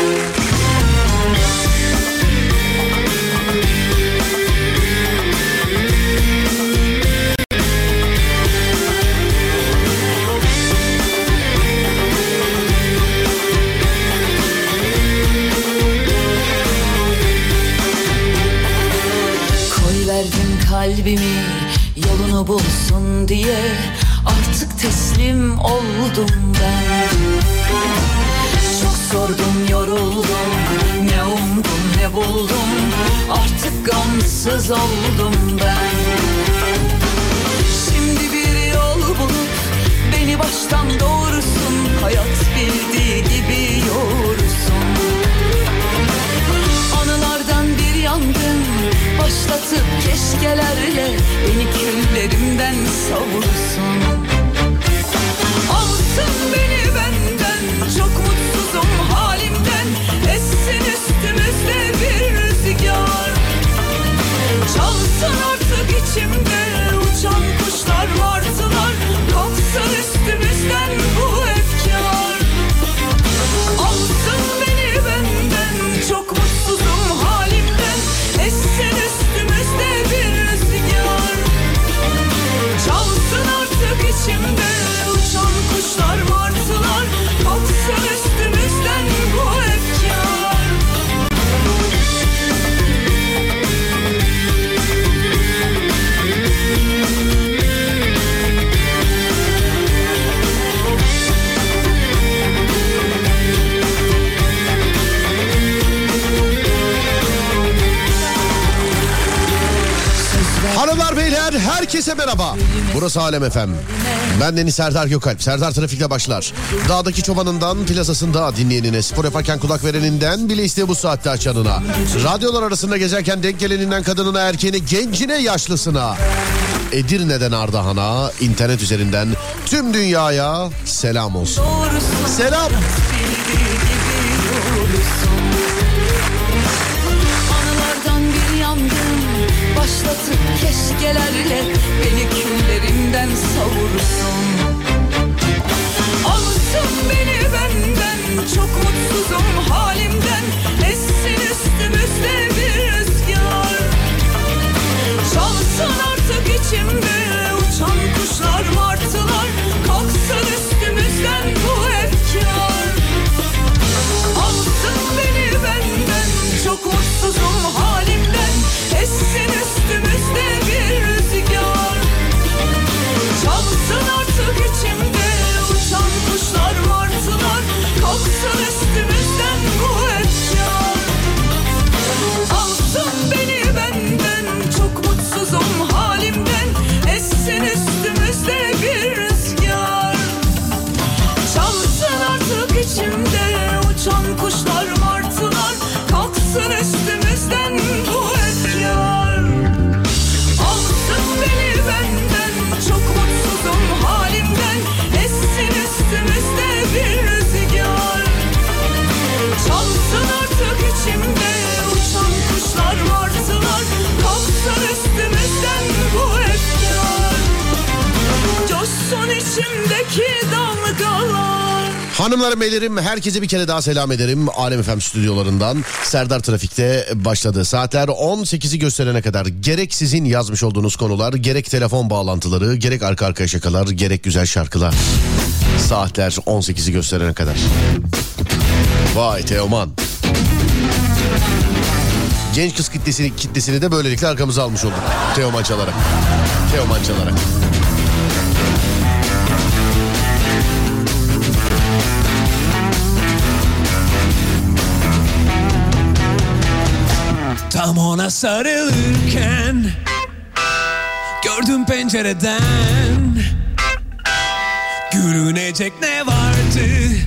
Kalbimi yolunu bulsun diye artık teslim oldum ben. Çok sordum, yoruldum, ne umdum ne buldum, artık gamsız oldum ben. Şimdi bir yol bulup beni baştan doğursun, hayat bildiği gibi yoğursun. Anılardan bir yangın başlatıp keşkelerle beni küllerimden savursun. Alsın beni benden, çok mutsuzum halimden, essin üstümüzde bir rüzgar. Çalsın artık içimde uçan kuşlar, martılar, kalksın üstümüzden bu efkar. Alsın beni benden, çok mutsuzum halimden, essin üstümüzde bir rüzgar. Çalsın artık içimde uçan kuşlar, martılar, kalksın üstümüzden bu efkar. Hanımlar beyler herkese merhaba. Burası Alem FM. Ben Deniz Serdar Gökalp. Serdar Trafik'le başlar. Dağdaki çobanından plazasında dinleyenine, spor yaparken kulak vereninden bile isteye bu saatte açanına, radyolar arasında gezerken denk geleninden kadınına, erkeğine, gencine, yaşlısına, Edirne'den Ardahan'a, internet üzerinden tüm dünyaya selam olsun. Selam. Anılardan bir yangın başlatıp keşkelerle beni küllerimden savursun. Alsın beni benden, çok mutsuzum halimden, essin üstümüzde bir rüzgar. Çalsın artık içimde uçan kuşlar, martılar, kalksın üstümüzden bu efkar. Alsın beni benden, çok mutsuzum halimden, essin üstümüzde bir rüzgar. Çalsın artık içimde uçan kuşlar, martılar, kalksın üstümüzden bu efkar. Alsın beni benden, çok mutsuzum halimden, essin üstümüzde bir rüzgar. Çalsın artık içimde uçan kuşlar, martılar, kalksın üstümüzden bu efkar. Alsın beni benden, çok mutsuzum halimden, essin üstümüzde bir rüzgar. Çalsın artık içimde uçan kuşlar, martılar, kalksın üstümüzden bu efkar. Coşsun içimdeki dalgalar. Hanımlarım beylerim herkese bir kere daha selam ederim. Alem FM stüdyolarından Serdar Trafik'te başladı. Saatler 18'i gösterene kadar gerek sizin yazmış olduğunuz konular, gerek telefon bağlantıları, gerek arka arkaya şakalar, gerek güzel şarkılar. Saatler 18'i gösterene kadar. Vay Teoman. Genç kız kitlesini de böylelikle arkamıza almış olduk. Teoman çalarak. Teoman çalarak. Tam ona sarılırken gördüm pencereden, gülünecek ne vardı,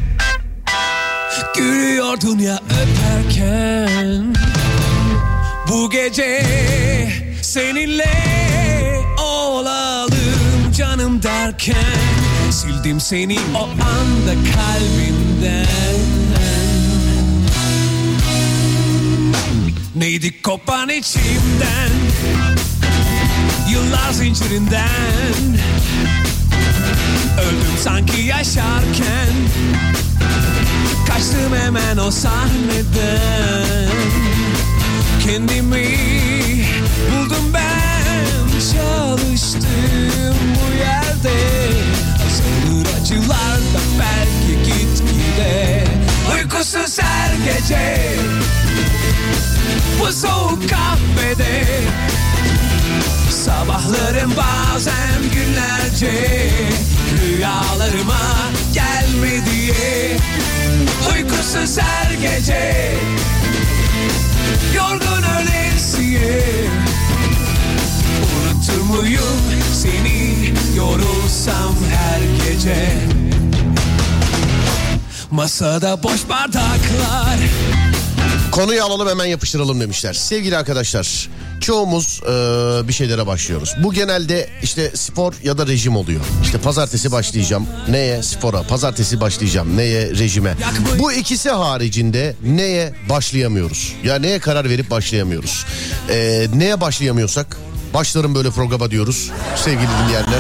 gülüyordun ya öperken. Bu gece seninle olalım canım derken, sildim seni o anda kalbimden. Neydi kopan içimden, yıllar zincirinden, öldüm sanki yaşarken, Kaçtım hemen o sahneden. Kendimi buldum ben çalıştığım bu yerde. Azalır acılar da belki gitgide. Uykusuz her gece bu soğuk kahvede. Sabahlarım bazen günlerce rüyalarıma gelme diye. Uykusuz her gece yorgun ölesiye. Unutur muyum seni yorulsam her gece. Masada boş bardaklar. Konuyu alalım hemen yapıştıralım demişler. Sevgili arkadaşlar, çoğumuz bir şeylere başlıyoruz. Bu genelde işte spor ya da rejim oluyor. İşte pazartesi başlayacağım. Neye? Spora. Pazartesi başlayacağım. Neye? Rejime. Bu ikisi haricinde neye başlayamıyoruz? Ya neye karar verip başlayamıyoruz? Neye başlayamıyorsak başlarım böyle programa diyoruz sevgili dinleyenler.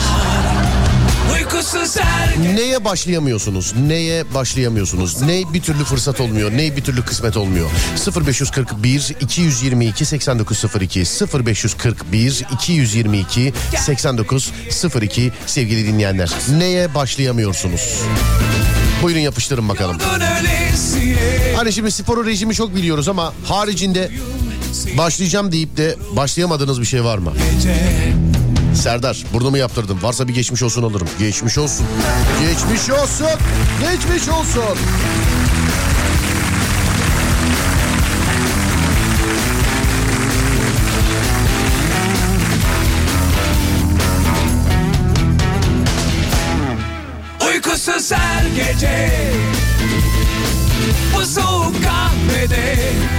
Neye başlayamıyorsunuz? Neye başlayamıyorsunuz? Ne bir türlü fırsat olmuyor, ne bir türlü kısmet olmuyor. 0541 222 8902 0541 222 8902 sevgili dinleyenler. Neye başlayamıyorsunuz? Buyurun yapıştırın bakalım. Hani şimdi sporu rejimi çok biliyoruz ama haricinde başlayacağım deyip de başlayamadığınız bir şey var mı? Serdar, burnumu yaptırdım. Varsa bir geçmiş olsun alırım. Geçmiş olsun. Geçmiş olsun. Geçmiş olsun. Uykusuz her gece bu soğuk kahvede.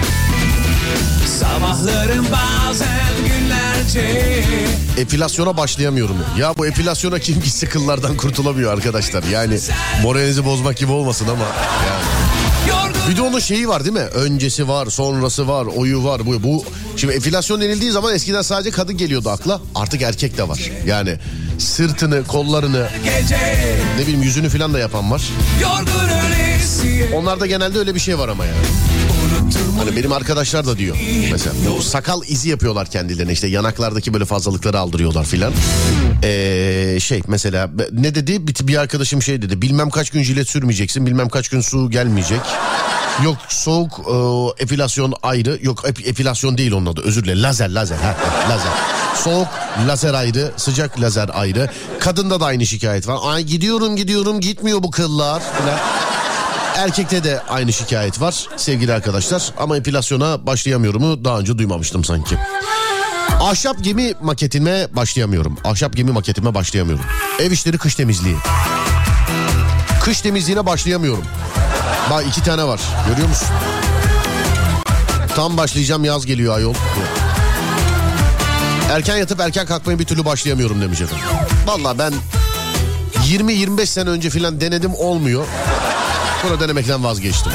Sabahlarım bazen günlerce. Epilasyona başlayamıyorum. Ya bu epilasyona kim gitse kıllardan kurtulamıyor arkadaşlar. Yani moralinizi bozmak gibi olmasın ama yani. Bir de onun şeyi var değil mi? Öncesi var, sonrası var, oyu var. Bu şimdi epilasyon denildiği zaman eskiden sadece kadın geliyordu akla. Artık erkek de var. Yani sırtını, kollarını, ne bileyim yüzünü falan da yapan var. Onlarda genelde öyle bir şey var ama yani. Hani benim arkadaşlar da diyor mesela sakal izi yapıyorlar kendilerine, işte yanaklardaki böyle fazlalıkları aldırıyorlar filan. Mesela ne dedi bir arkadaşım şey dedi, bilmem kaç gün jilet sürmeyeceksin, bilmem kaç gün su gelmeyecek. Yok soğuk epilasyon ayrı, yok epilasyon değil onun adı, özür dilerim, lazer lazer. Soğuk lazer ayrı, sıcak lazer ayrı. Kadında da aynı şikayet var. Ay gidiyorum gitmiyor bu kıllar filan. Erkekte de aynı şikayet var sevgili arkadaşlar. Ama epilasyona başlayamıyorumu daha önce duymamıştım sanki. Ahşap gemi maketime başlayamıyorum. Ev işleri, kış temizliği. Kış temizliğine başlayamıyorum. Bak 2 tane var, görüyor musun? Tam başlayacağım, yaz geliyor ayol. Erken yatıp erken kalkmaya bir türlü başlayamıyorum demiş efendim. Vallahi ben 20-25 sene önce filan denedim, olmuyor. Sonra denemekten vazgeçtim.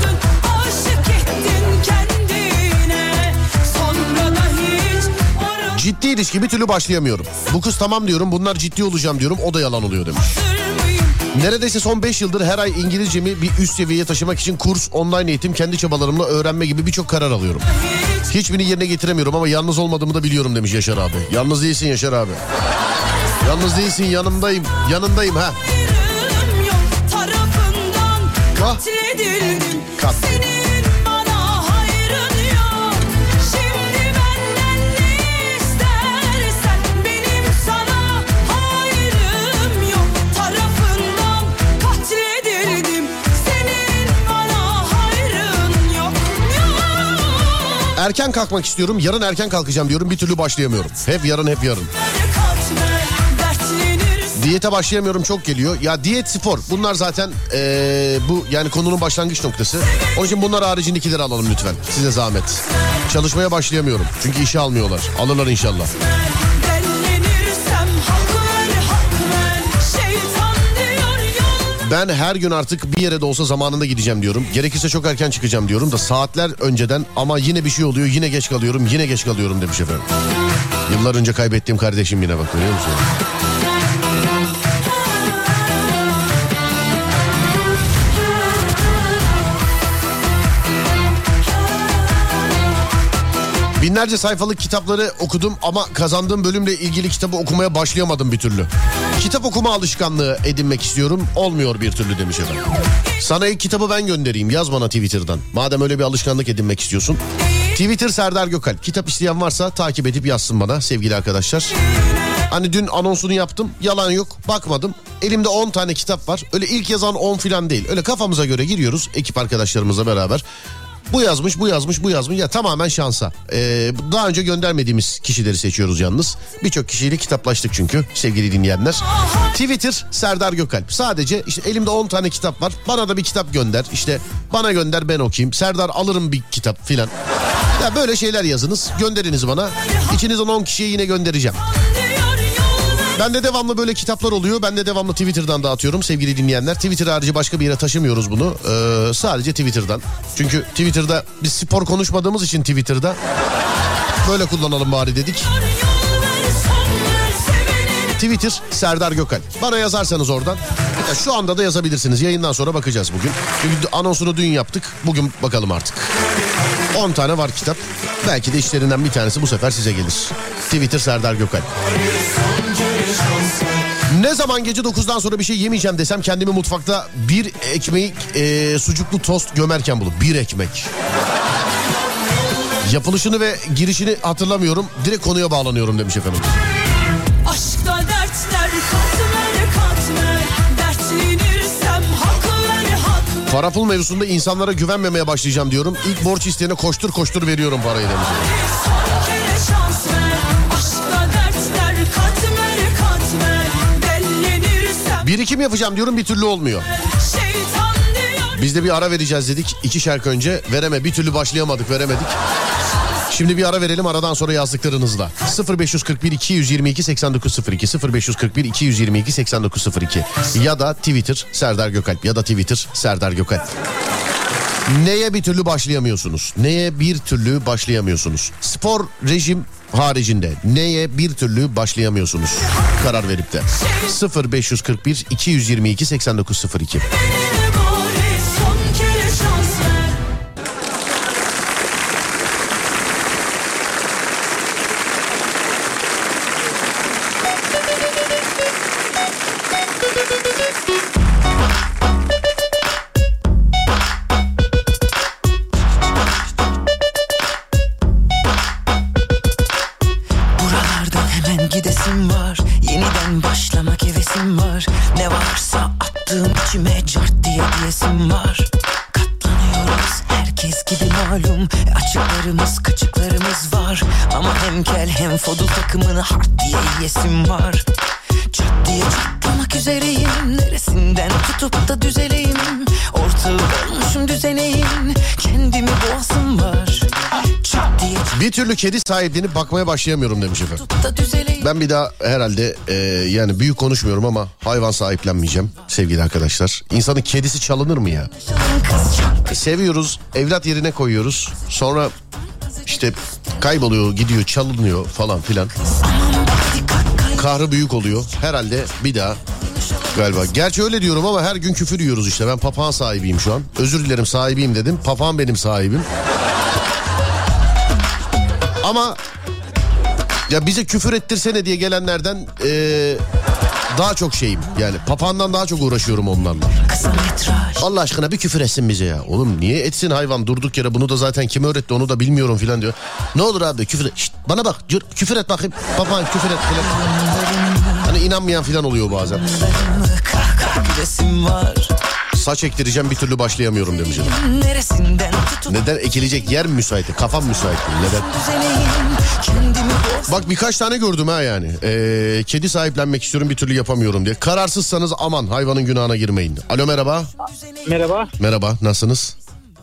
Ciddi ilişki bir türlü başlayamıyorum. Bu kız tamam diyorum, bunlar ciddi olacağım diyorum, o da yalan oluyor demiş. Neredeyse son 5 yıldır her ay İngilizcemi bir üst seviyeye taşımak için kurs, online eğitim, kendi çabalarımla öğrenme gibi birçok karar alıyorum. Hiçbirini yerine getiremiyorum ama yalnız olmadığımı da biliyorum demiş Yaşar abi. Yalnız değilsin Yaşar abi. Yalnız değilsin, yanındayım ha. Katledildim. Senin bana hayrın yok. Şimdi benden ne istersen, benim sana hayrım yok. Tarafından katledildim. Senin bana hayrın yok. Erken kalkmak istiyorum. Yarın erken kalkacağım diyorum. Bir türlü başlayamıyorum. Hep yarın. Diyete başlayamıyorum, çok geliyor. Ya diyet, spor, bunlar zaten bu yani konunun başlangıç noktası. Onun için bunlar haricindekileri alalım lütfen. Size zahmet. Çalışmaya başlayamıyorum. Çünkü işe almıyorlar. Alırlar inşallah. Ben her gün artık bir yere de olsa zamanında gideceğim diyorum. Gerekirse çok erken çıkacağım diyorum da saatler önceden, ama yine bir şey oluyor, yine geç kalıyorum demiş efendim. Yıllar önce kaybettiğim kardeşim yine, bak görüyor musun? Binlerce sayfalık kitapları okudum ama kazandığım bölümle ilgili kitabı okumaya başlayamadım bir türlü. Kitap okuma alışkanlığı edinmek istiyorum. Olmuyor bir türlü demiş efendim. Sana ilk kitabı ben göndereyim. Yaz bana Twitter'dan. Madem öyle bir alışkanlık edinmek istiyorsun. Twitter Serdar Gökalp. Kitap isteyen varsa takip edip yazsın bana sevgili arkadaşlar. Hani dün anonsunu yaptım. Yalan yok. Bakmadım. Elimde 10 tane kitap var. Öyle ilk yazan 10 falan değil. Öyle kafamıza göre giriyoruz ekip arkadaşlarımızla beraber. Bu yazmış, bu yazmış, bu yazmış. Ya tamamen şansa. Daha önce göndermediğimiz kişileri seçiyoruz yalnız. Birçok kişiyle kitaplaştık çünkü sevgili dinleyenler. Twitter Serdar Gökalp. Sadece işte elimde 10 tane kitap var. Bana da bir kitap gönder. İşte bana gönder, ben okuyayım. Serdar alırım bir kitap filan. Ya böyle şeyler yazınız. Gönderiniz bana. İçinizden 10 kişiye yine göndereceğim. Bende devamlı böyle kitaplar oluyor. Ben de devamlı Twitter'dan dağıtıyorum sevgili dinleyenler. Twitter harici başka bir yere taşımıyoruz bunu. Sadece Twitter'dan. Çünkü Twitter'da biz spor konuşmadığımız için Twitter'da böyle kullanalım bari dedik. Twitter Serdar Gökalp. Bana yazarsanız oradan. Ya şu anda da yazabilirsiniz. Yayından sonra bakacağız bugün. Çünkü anonsunu dün yaptık. Bugün bakalım artık. 10 tane var kitap. Belki de işlerinden bir tanesi bu sefer size gelir. Twitter Serdar Gökalp. Ne zaman gece 9'dan sonra bir şey yemeyeceğim desem kendimi mutfakta bir ekmek sucuklu tost gömerken bulup bir ekmek. Yapılışını ve girişini hatırlamıyorum. Direkt konuya bağlanıyorum demiş efendim. Aşkta dertler katmer dertlenirsem haklar. Para pul mevzusunda insanlara güvenmemeye başlayacağım diyorum. İlk borç isteyene koştur koştur veriyorum parayı demiş. Birikim yapacağım diyorum, bir türlü olmuyor. Biz de bir ara vereceğiz dedik 2 şarkı önce. Bir türlü başlayamadık, veremedik. Şimdi bir ara verelim, aradan sonra yazdıklarınızla. 0541 222 8902 0541 222 8902 ya da Twitter Serdar Gökalp ya da Twitter Serdar Gökalp. Neye bir türlü başlayamıyorsunuz? Neye bir türlü başlayamıyorsunuz? Spor, rejim haricinde neye bir türlü başlayamıyorsunuz? Karar verip de 0541 222 8902. Açıklarımız kaçıklarımız var. Ama hem kel hem fodul takımını hard diye yiyesim var. Çat diye çatlamak üzereyim. Neresinden tutup da düzeleyim. Ortağı olmuşum düzeneyim. Kendimi boğasım var. Çat diye bir türlü kedi sahiplenip bakmaya başlayamıyorum demiş efendim. Ben bir daha herhalde yani büyük konuşmuyorum ama hayvan sahiplenmeyeceğim sevgili arkadaşlar. İnsanın kedisi çalınır mı ya? Seviyoruz, evlat yerine koyuyoruz. Sonra işte kayboluyor, gidiyor, çalınıyor falan filan. Kahrı büyük oluyor. Herhalde bir daha galiba. Gerçi öyle diyorum ama her gün küfür yiyoruz işte. Ben papağan sahibiyim şu an. Özür dilerim, sahibiyim dedim. Papağan benim sahibim. Ama ya bize küfür ettirsene diye gelenlerden daha çok şeyim. Yani papağandan daha çok uğraşıyorum onlarla. Allah aşkına bir küfür etsin bize ya. Oğlum niye etsin hayvan, durduk yere, bunu da zaten kim öğretti onu da bilmiyorum filan diyor. Ne olur abi küfür et. Şişt, bana bak küfür et bakayım. Papağan küfür et filan. Hani inanmayan filan oluyor bazen. Saç ektireceğim, bir türlü başlayamıyorum demiş. Neden? Ekilecek yer mi müsait? Kafam müsait değil. Neden? Bak birkaç tane gördüm ha yani. Kedi sahiplenmek istiyorum, bir türlü yapamıyorum diye. Kararsızsanız aman hayvanın günahına girmeyin. Alo, merhaba. Merhaba. Merhaba, nasılsınız?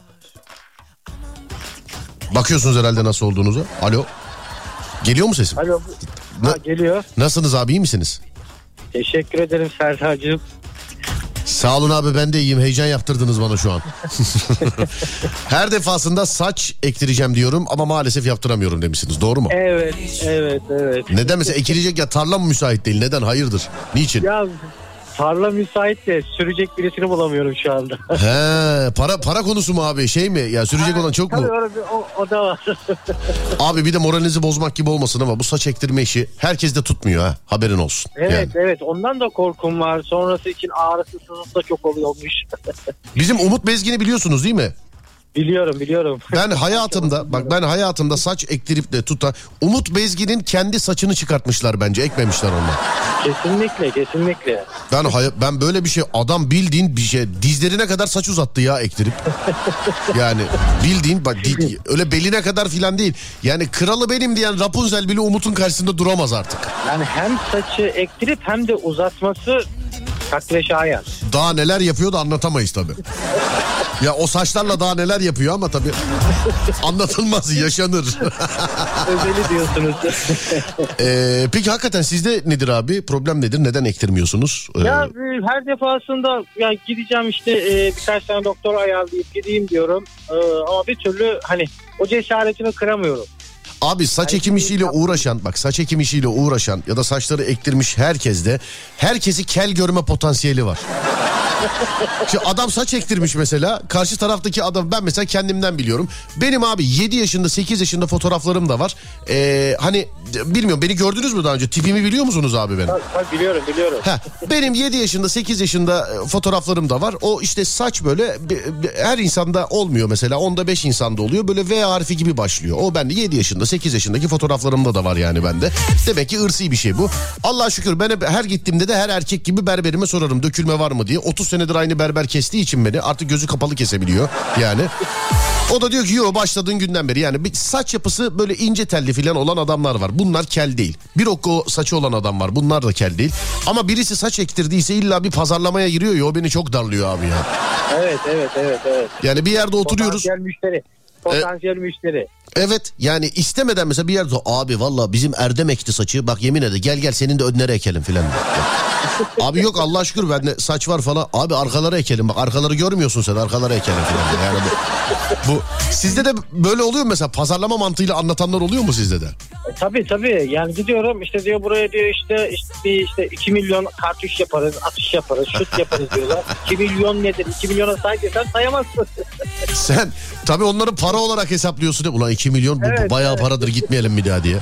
Bakıyorsunuz herhalde nasıl olduğunuza. Alo. Geliyor mu sesim? Alo. Geliyor. Nasılsınız abi, iyi misiniz? Teşekkür ederim Serdar'cığım. Sağ olun abi, ben de iyiyim. Heyecan yaptırdınız bana şu an. Her defasında saç ektireceğim diyorum ama maalesef yaptıramıyorum demişsiniz. Doğru mu? Evet. Neden mesela ekilecek ya, tarla mı müsait değil? Neden? Hayırdır? Niçin? Ya Tarla müsait de sürecek birisini bulamıyorum şu anda. He, para konusu mu abi, şey mi ya, sürecek olan çok mu? Tabii o da var. Abi bir de moralinizi bozmak gibi olmasın ama bu saç ektirme işi herkes de tutmuyor ha, haberin olsun. Evet yani. evet, ondan da korkum var. Sonrası için ağrısı sızısı da çok oluyormuş. Bizim Umut Bezgin'i biliyorsunuz değil mi? Biliyorum. Ben hayatımda saç ektirip de tutan Umut Bezgin'in kendi saçını çıkartmışlar bence, ekmemişler onu. Kesinlikle. Ben böyle bir şey, adam bildiğin bir şey dizlerine kadar saç uzattı ya ektirip. Yani bildiğin bak öyle beline kadar filan değil. Yani kralı benim diyen Rapunzel bile Umut'un karşısında duramaz artık. Yani hem saçı ektirip hem de uzatması takdire şayan. Daha neler yapıyor da anlatamayız tabii. Ya o saçlarla daha neler yapıyor ama tabii anlatılmaz, yaşanır. Özeli diyorsunuz. Peki hakikaten sizde nedir abi? Problem nedir? Neden ektirmiyorsunuz? Ya her defasında ya gideceğim işte birkaç tane doktor ayarlayıp gideyim diyorum. Ama bir türlü hani o cesaretimi kıramıyorum. Abi saç ekim işiyle uğraşan ya da saçları ektirmiş herkesi kel görme potansiyeli var. Şimdi adam saç ektirmiş mesela, karşı taraftaki adam, ben mesela kendimden biliyorum. Benim abi 7 yaşında 8 yaşında fotoğraflarım da var. Hani bilmiyorum, beni gördünüz mü daha önce? Tipimi biliyor musunuz abi benim? Tabii biliyorum. Benim 7 yaşında 8 yaşında fotoğraflarım da var. O işte saç böyle her insanda olmuyor mesela. Onda 5 insanda oluyor. Böyle V harfi gibi başlıyor. O bende 7 yaşında 8 yaşındaki fotoğraflarımda da var yani bende. Demek ki ırsi bir şey bu. Allah'a şükür ben her gittiğimde de her erkek gibi berberime sorarım dökülme var mı diye. 30 senedir aynı berber kestiği için beni artık gözü kapalı kesebiliyor yani. O da diyor ki yo, başladığın günden beri yani bir saç yapısı böyle ince telli falan olan adamlar var. Bunlar kel değil. Bir okko saçı olan adam var. Bunlar da kel değil. Ama birisi saç ektirdiyse illa bir pazarlamaya giriyor ya, o beni çok darlıyor abi ya. Evet. Yani bir yerde oturuyoruz. Potansiyel müşteri. Evet yani istemeden mesela bir yerde abi valla bizim Erdem ekti saçı, bak yemin ede gel senin de önlere ekelim filan. Abi yok Allah'a şükür bende saç var falan. Abi arkalara ekelim, bak arkaları görmüyorsun sen, arkalara ekelim filan. Yani bu sizde de böyle oluyor mu mesela, pazarlama mantığıyla anlatanlar oluyor mu sizde de? Tabii yani gidiyorum işte diyor buraya diyor işte 2 milyon kartuş yaparız, atış yaparız, şut yaparız diyorlar. 2 milyon nedir? 2 milyona sen sayamazsın. Sen tabii onları para olarak hesaplıyorsun. Ulan 2 milyon bu bayağı paradır, gitmeyelim bir daha diye.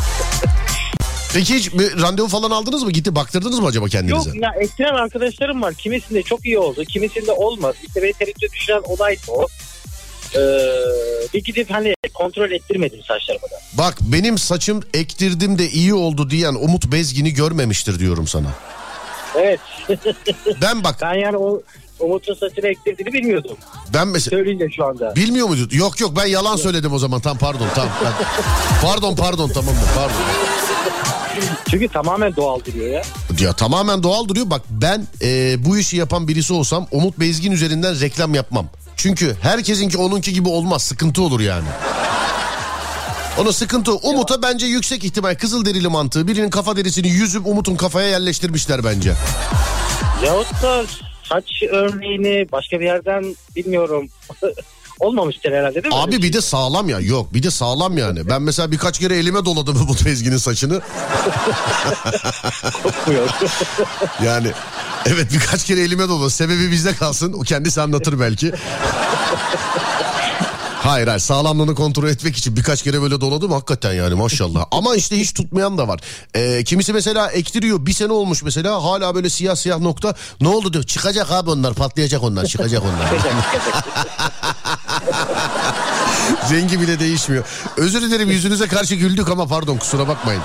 Peki hiç bir randevu falan aldınız mı? Gitti baktırdınız mı acaba kendinize? Yok ya, ektiren arkadaşlarım var. Kimisinde çok iyi oldu, kimisinde olmaz. İşte beni tereddüte düşüren olay o. Bir gidip hani kontrol ettirmedim saçlarımı da. Bak benim saçım ektirdim de iyi oldu diyen Umut Bezgin'i görmemiştir diyorum sana. Evet. Ben yani o Umut'un saçını ektirdiğini bilmiyordum. Ben mesela söyleyince şu anda. Bilmiyor muydu? Yok ben yalan söyledim o zaman. Pardon. Pardon tamam mı? Pardon. Çünkü tamamen doğal duruyor ya. Ya tamamen doğal duruyor. Bak ben bu işi yapan birisi olsam Umut Bezgin üzerinden reklam yapmam. Çünkü herkesinki onunki gibi olmaz. Sıkıntı olur yani. Ona sıkıntı. Umut'a bence yüksek ihtimal Kızılderili mantığı. Birinin kafa derisini yüzüp Umut'un kafaya yerleştirmişler bence. Yahut da saç örneğini başka bir yerden bilmiyorum. Olmamıştır herhalde değil mi? Abi bir de sağlam ya. Yok bir de sağlam yani. Ben mesela birkaç kere elime doladım bu Bezgin'in saçını. Kokmuyor. Yani evet birkaç kere elime doladım. Sebebi bizde kalsın. O kendisi anlatır belki. Hayır sağlamlığını kontrol etmek için birkaç kere böyle doladım hakikaten yani maşallah. Ama işte hiç tutmayan da var. Kimisi mesela ektiriyor, bir sene olmuş mesela, hala böyle siyah nokta. Ne oldu diyor, çıkacak abi onlar, patlayacak onlar, çıkacak onlar. Rengi bile değişmiyor. Özür dilerim, yüzünüze karşı güldük ama pardon, kusura bakmayın.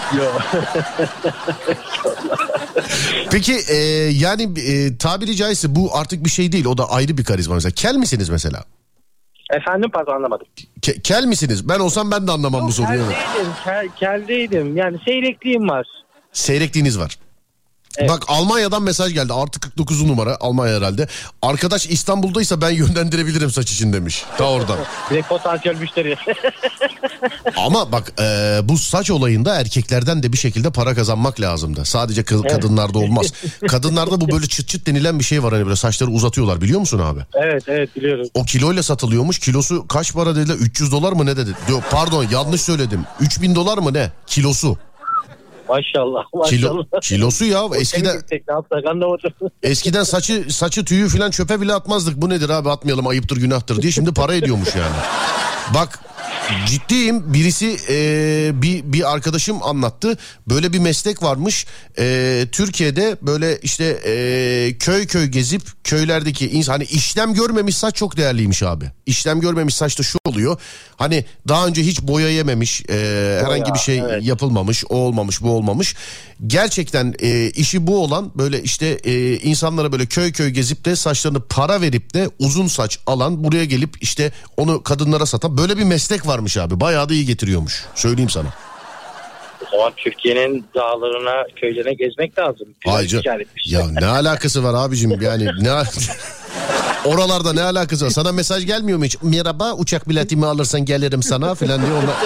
Peki yani tabiri caizse bu artık bir şey değil, o da ayrı bir karizma mesela. Kel misiniz mesela? Efendim pardon, anlamadım. Kel misiniz? Ben olsam ben de anlamam bu soruyu. Kel değilim. Yani seyrekliğim var. Seyrekliğiniz var. Evet. Bak Almanya'dan mesaj geldi. Artı 49 numara, Almanya herhalde. Arkadaş İstanbul'daysa ben yönlendirebilirim saç için demiş. Ta oradan. Direkt potansiyel müşteri. Ama bak bu saç olayında erkeklerden de bir şekilde para kazanmak lazım da. Sadece kadınlarda olmaz. Kadınlarda bu böyle çıt denilen bir şey var. Hani böyle saçları uzatıyorlar, biliyor musun abi? Evet biliyorum. O kiloyla satılıyormuş. Kilosu kaç para dediler? 300 dolar mı ne dedi? Pardon yanlış söyledim. 3000 dolar mı ne? Kilosu. Maşallah. Kilosu ya eskiden. Eskiden saçı tüyü filan çöpe bile atmazdık. Bu nedir abi, atmayalım, ayıptır günahtır diye. Şimdi para ediyormuş yani. Bak ciddiyim, birisi bir arkadaşım anlattı. Böyle bir meslek varmış. Türkiye'de böyle işte köy köy gezip köylerdeki hani işlem görmemiş saç çok değerliymiş abi. İşlem görmemiş saçta şu oluyor. Hani daha önce hiç boya yememiş, herhangi bir şey yapılmamış, o olmamış, bu olmamış. Gerçekten işi bu olan böyle işte insanlara böyle köy köy gezip de saçlarını para verip de uzun saç alan, buraya gelip işte onu kadınlara satan böyle bir meslek varmış abi. Bayağı da iyi getiriyormuş. Söyleyeyim sana. O zaman Türkiye'nin dağlarına, köylerine gezmek lazım. Ya ne alakası var abicim yani oralarda ne alakası var? Sana mesaj gelmiyor mu hiç? Merhaba, uçak biletimi alırsan gelirim sana falan diye ona.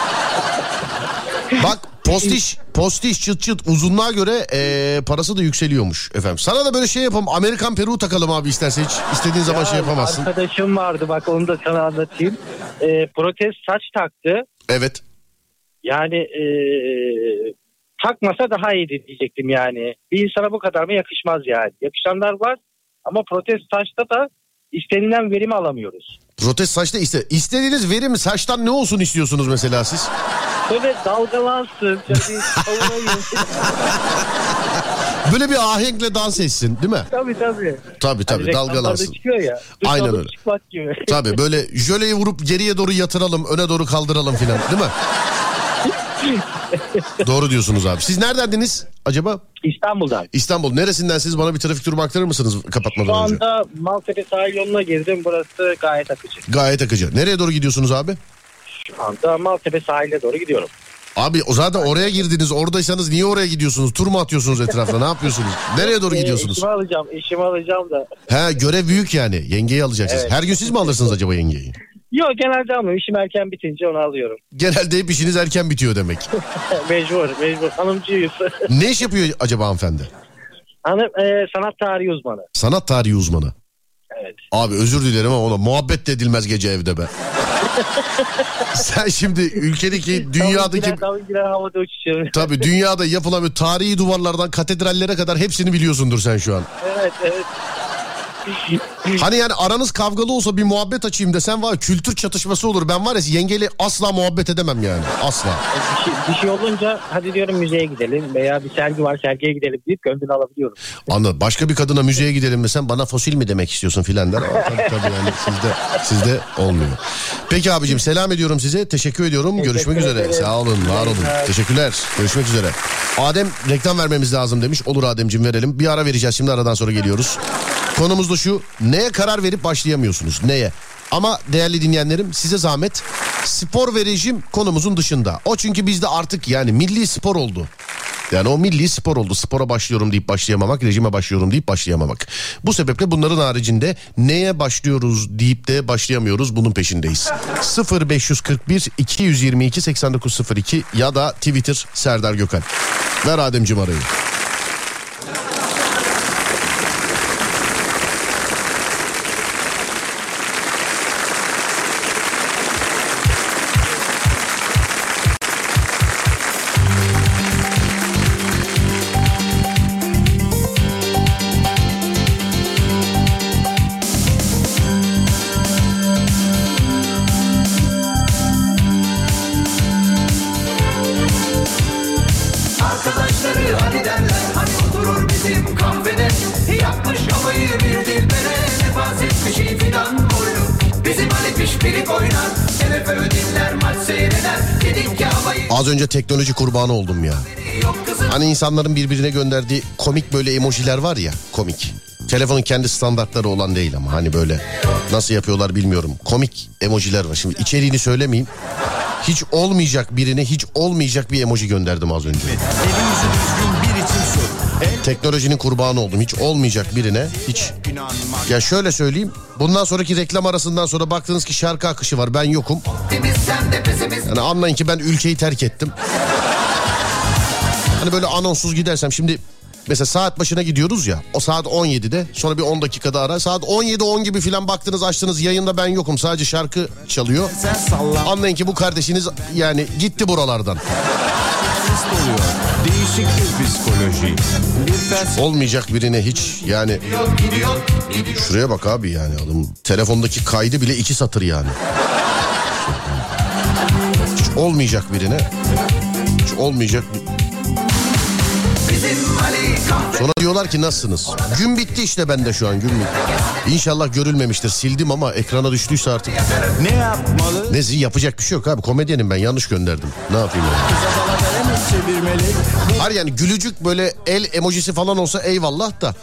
Bak postiş çıt çıt uzunluğa göre parası da yükseliyormuş efendim. Sana da böyle şey yapalım, Amerikan peruğu takalım abi, istersen hiç istediğin zaman şey yapamazsın. Arkadaşım vardı, bak onu da sana anlatayım. Protez saç taktı. Evet. Yani takmasa daha iyiydi diyecektim yani. Bir insana bu kadar mı yakışmaz yani. Yakışanlar var ama protez saçta da istenilen verimi alamıyoruz. Protez saçta istediğiniz verim saçtan ne olsun istiyorsunuz mesela siz? Böyle dalgalansın. Böyle bir ahenkle dans etsin değil mi? Tabii hani dalgalansın. Ya, aynen öyle. Tabii böyle jöleyi vurup geriye doğru yatıralım, öne doğru kaldıralım filan değil mi? Doğru diyorsunuz abi. Siz neredendiniz acaba? İstanbul'dan. İstanbul. Neresinden siz, bana bir trafik durumu aktarır mısınız kapatmadan önce? Şu anda Maltepe sahil yoluna girdim. Burası gayet akıcı. Gayet akıcı. Nereye doğru gidiyorsunuz abi? Şu anda Maltepe sahile doğru gidiyorum. Abi o zaten oraya girdiniz. Oradaysanız niye oraya gidiyorsunuz? Tur mu atıyorsunuz etrafta? Ne yapıyorsunuz? Nereye doğru gidiyorsunuz? Eşimi alacağım da. He, görev büyük yani. Yengeyi alacaksınız. Evet. Her gün siz mi alırsınız acaba yengeyi? Yok, genelde almıyorum. İşim erken bitince onu alıyorum. Genelde hep işiniz erken bitiyor demek. Mecbur. Hanımcıyız. Ne iş yapıyor acaba hanımefendi? Sanat tarihi uzmanı. Sanat tarihi uzmanı. Evet. Abi özür dilerim ama ona muhabbet de edilmez gece evde be. Sen şimdi ülkedeki, dünyadaki... Tabii dünyada yapılan bir tarihi duvarlardan katedrallere kadar hepsini biliyorsundur sen şu an. Evet. Hani yani aranız kavgalı olsa bir muhabbet açayım desen var, kültür çatışması olur. Ben var ya yengeyle asla muhabbet edemem yani, asla. Bir şey olunca hadi diyorum müzeye gidelim veya bir sergi var, sergiye gidelim deyip gönlünü alabiliyorum. Anladım. Başka bir kadına müzeye gidelim desen bana fosil mi demek istiyorsun filan der. Tabii yani sizde olmuyor. Peki abicim, selam ediyorum size, teşekkür ediyorum. Görüşmek üzere. Sağ olun, var olun. Teşekkürler. Görüşmek üzere. Adem, reklam vermemiz lazım demiş. Olur Ademciğim, verelim. Bir ara vereceğiz şimdi, aradan sonra geliyoruz. Konumuz da şu: neye karar verip başlayamıyorsunuz? Neye? Ama değerli dinleyenlerim, size zahmet, spor ve rejim konumuzun dışında. O çünkü bizde artık yani milli spor oldu. Yani o milli spor oldu. Spora başlıyorum deyip başlayamamak, rejime başlıyorum deyip başlayamamak. Bu sebeple bunların haricinde neye başlıyoruz deyip de başlayamıyoruz, bunun peşindeyiz. 0541 222 8902 ya da Twitter Serdar Gökalp. Ver Ademciğim arayı. Az önce teknoloji kurbanı oldum ya. Hani insanların birbirine gönderdiği komik böyle emojiler var ya, komik. Telefonun kendi standartları olan değil ama hani böyle nasıl yapıyorlar bilmiyorum. Komik emojiler var. Şimdi içeriğini söylemeyeyim. Hiç olmayacak birine hiç olmayacak bir emoji gönderdim az önce. Teknolojinin kurbanı oldum. Hiç olmayacak birine hiç. Ya şöyle söyleyeyim. Bundan sonraki reklam arasından sonra baktınız ki şarkı akışı var, ben yokum. Yani anlayın ki ben ülkeyi terk ettim. Hani böyle anonsuz gidersem, şimdi mesela saat başına gidiyoruz ya, o saat 17'de, sonra bir 10 dakikada ara, saat 17:10 gibi filan baktınız, açtınız, yayında ben yokum, sadece şarkı çalıyor. Anlayın ki bu kardeşiniz yani gitti buralardan. oluyor. Değişik bir psikoloji. Olmayacak birine hiç yani. Şuraya bak abi yani adam. Telefondaki kaydı bile 2 satır yani. Hiç olmayacak birine. Hiç olmayacak. Sonra diyorlar ki nasılsınız? Gün bitti işte bende şu an, gün bitti. İnşallah görülmemiştir. Sildim ama ekrana düştüyse artık. Ne yapmalı? Ne yapacak bir şey yok abi. Komedyenim ben, yanlış gönderdim. Ne yapayım yani? Hayır yani gülücük böyle el emojisi falan olsa eyvallah da.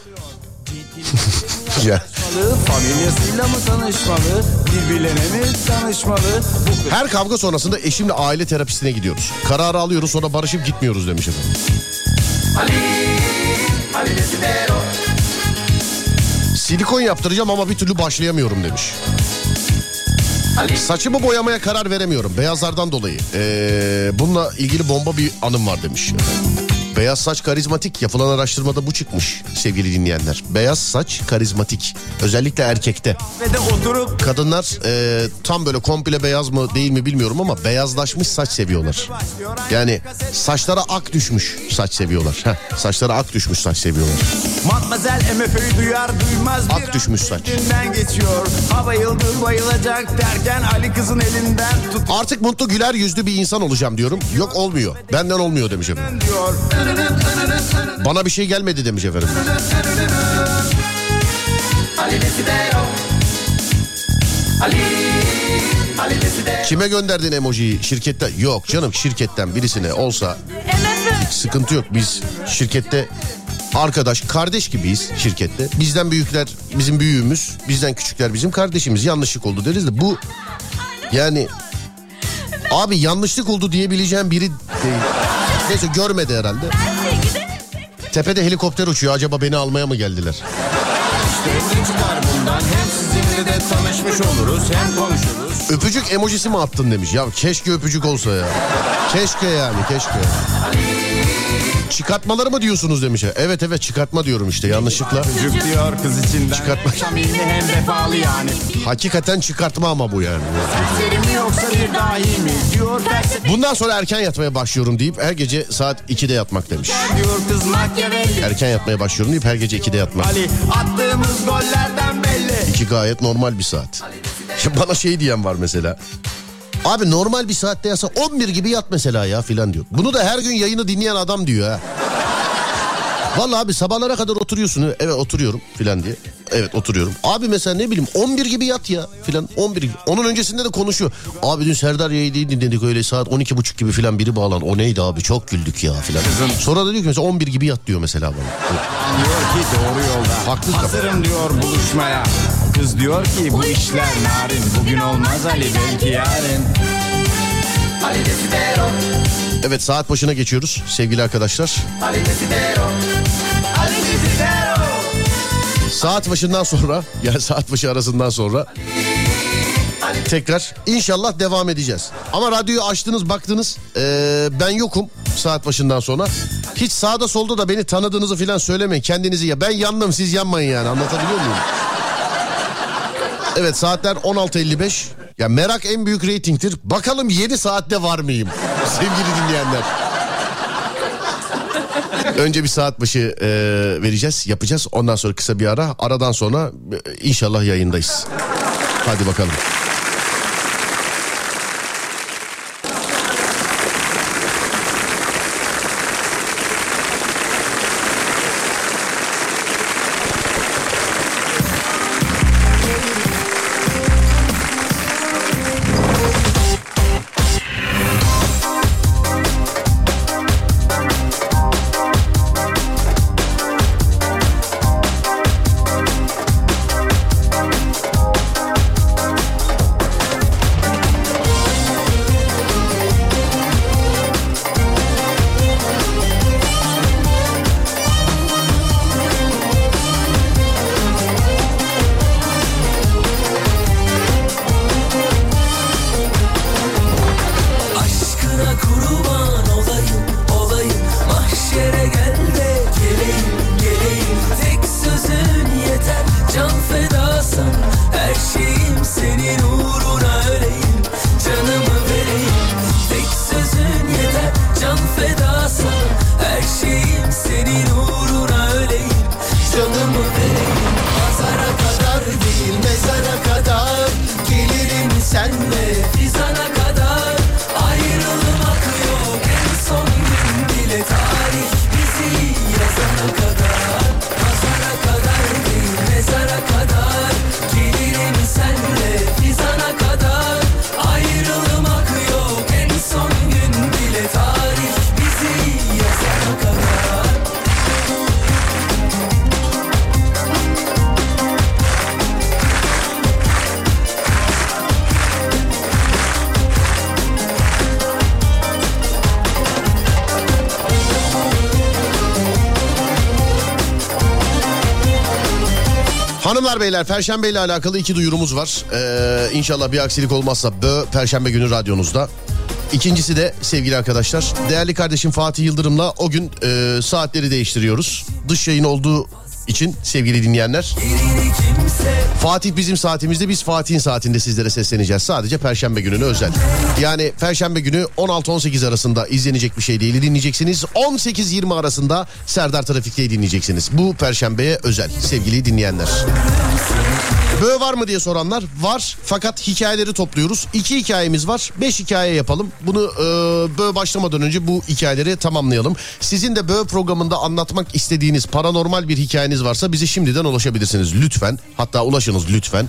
Ya. Familyasıyla mı tanışmalı? Birbirlerine mi tanışmalı? Her kavga sonrasında eşimle aile terapistine gidiyoruz. Kararı alıyoruz, sonra barışıp gitmiyoruz demiş efendim. Silikon yaptıracağım ama bir türlü başlayamıyorum demiş. Saçımı boyamaya karar veremiyorum beyazlardan dolayı. Bununla ilgili bomba bir anım var demiş. Beyaz saç karizmatik, yapılan araştırmada bu çıkmış sevgili dinleyenler. Beyaz saç karizmatik, özellikle erkekte. Kadınlar tam böyle komple beyaz mı değil mi bilmiyorum ama beyazlaşmış saç seviyorlar. Yani saçlara ak düşmüş saç seviyorlar. Saçlara ak düşmüş saç seviyorlar. Matmazel MF'yi duyar duymaz bir ak düşmüş saç. Geçiyor. Ha bayıldı bayılacak derken Ali kızın elinden tut. Artık mutlu güler yüzlü bir insan olacağım diyorum. Yok olmuyor. Benden olmuyor demiş efendim. Bana bir şey gelmedi demiş efendim. Kime gönderdin emojiyi? Şirketten? Yok canım, şirketten birisine olsa hiç sıkıntı yok. Biz şirkette arkadaş, kardeş gibiyiz şirkette. Bizden büyükler bizim büyüğümüz, bizden küçükler bizim kardeşimiz. Yanlışlık oldu deriz de bu yani abi yanlışlık oldu diyebileceğim biri değil. Neyse, görmedi herhalde. Tepede helikopter uçuyor. Acaba beni almaya mı geldiler? İşte çıkar bundan. Hem sizinle de tanışmış oluruz hem konuşuruz. Öpücük emojisi mi attın demiş. Ya keşke öpücük olsa ya. Keşke yani, keşke. Çıkartmaları mı diyorsunuz demiş. Evet çıkartma diyorum işte yanlışlıkla. Öpücük diyor kız içinden. Çıkartma. Samimi hem vefalı yani. Hakikaten çıkartma ama bu yani. Serseri mi yoksa bir dahi mi? Diyor bundan sonra erken yatmaya başlıyorum deyip her gece saat 2'de yatmak demiş. diyor kız Machiavelli. Erken yatmaya başlıyorum deyip her gece 2'de yatmak. Ali attığımız gollerden belli. 2 gayet normal bir saat. Şimdi bana şey diyen var mesela. Abi normal bir saatte yatsa 11 gibi yat mesela ya filan diyor. Bunu da her gün yayını dinleyen adam diyor ha. Vallahi abi sabahlara kadar oturuyorsun. Evet oturuyorum filan diye. Evet oturuyorum. Abi mesela ne bileyim 11 gibi yat ya filan, 11 gibi. Onun öncesinde de konuşuyor. Abi dün Serdar yayını dinledik öyle saat 12.30 gibi filan biri bağlan. O neydi abi, çok güldük ya filan. Sonra da diyor ki mesela 11 gibi yat diyor mesela bana. Diyor ki doğru yolda. Haklı hazırım diyor buluşmaya. Kız diyor ki bu işler narin. Bugün olmaz Ali, belki yarın. Ali Desidero. Evet, saat başına geçiyoruz sevgili arkadaşlar. Ali Desidero. Ali Desidero. Saat başından sonra, yani saat başı arasından sonra tekrar inşallah devam edeceğiz. Ama radyoyu açtınız baktınız ben yokum saat başından sonra. Hiç sağda solda da beni tanıdığınızı falan söylemeyin kendinizi ya. Ben yandım, siz yanmayın yani, anlatabiliyor muyum? Evet, saatler 16.55. Ya merak en büyük reytingtir. Bakalım 7 saatte var mıyım sevgili dinleyenler? Önce bir saat başı vereceğiz, yapacağız. Ondan sonra kısa bir ara. Aradan sonra inşallah yayındayız. Hadi bakalım. Can fedası Hanımlar beyler, Perşembe ile alakalı 2 duyurumuz var. İnşallah bir aksilik olmazsa Perşembe günü radyonuzda. İkincisi de sevgili arkadaşlar, değerli kardeşim Fatih Yıldırım'la o gün saatleri değiştiriyoruz. Dış yayın olduğu için sevgili dinleyenler. Fatih bizim saatimizde, biz Fatih'in saatinde sizlere sesleneceğiz. Sadece Perşembe gününe özel. Yani Perşembe günü 16-18 arasında izlenecek bir şey değil, dinleyeceksiniz. 18-20 arasında Serdar Trafik'teyi dinleyeceksiniz. Bu Perşembe'ye özel sevgili dinleyenler. Böğ var mı diye soranlar var, fakat hikayeleri topluyoruz. 2 hikayemiz var, 5 hikaye yapalım. Bunu Böğ başlamadan önce bu hikayeleri tamamlayalım. Sizin de Böğ programında anlatmak istediğiniz paranormal bir hikayeniz varsa bize şimdiden ulaşabilirsiniz lütfen. Hatta ulaşınız lütfen.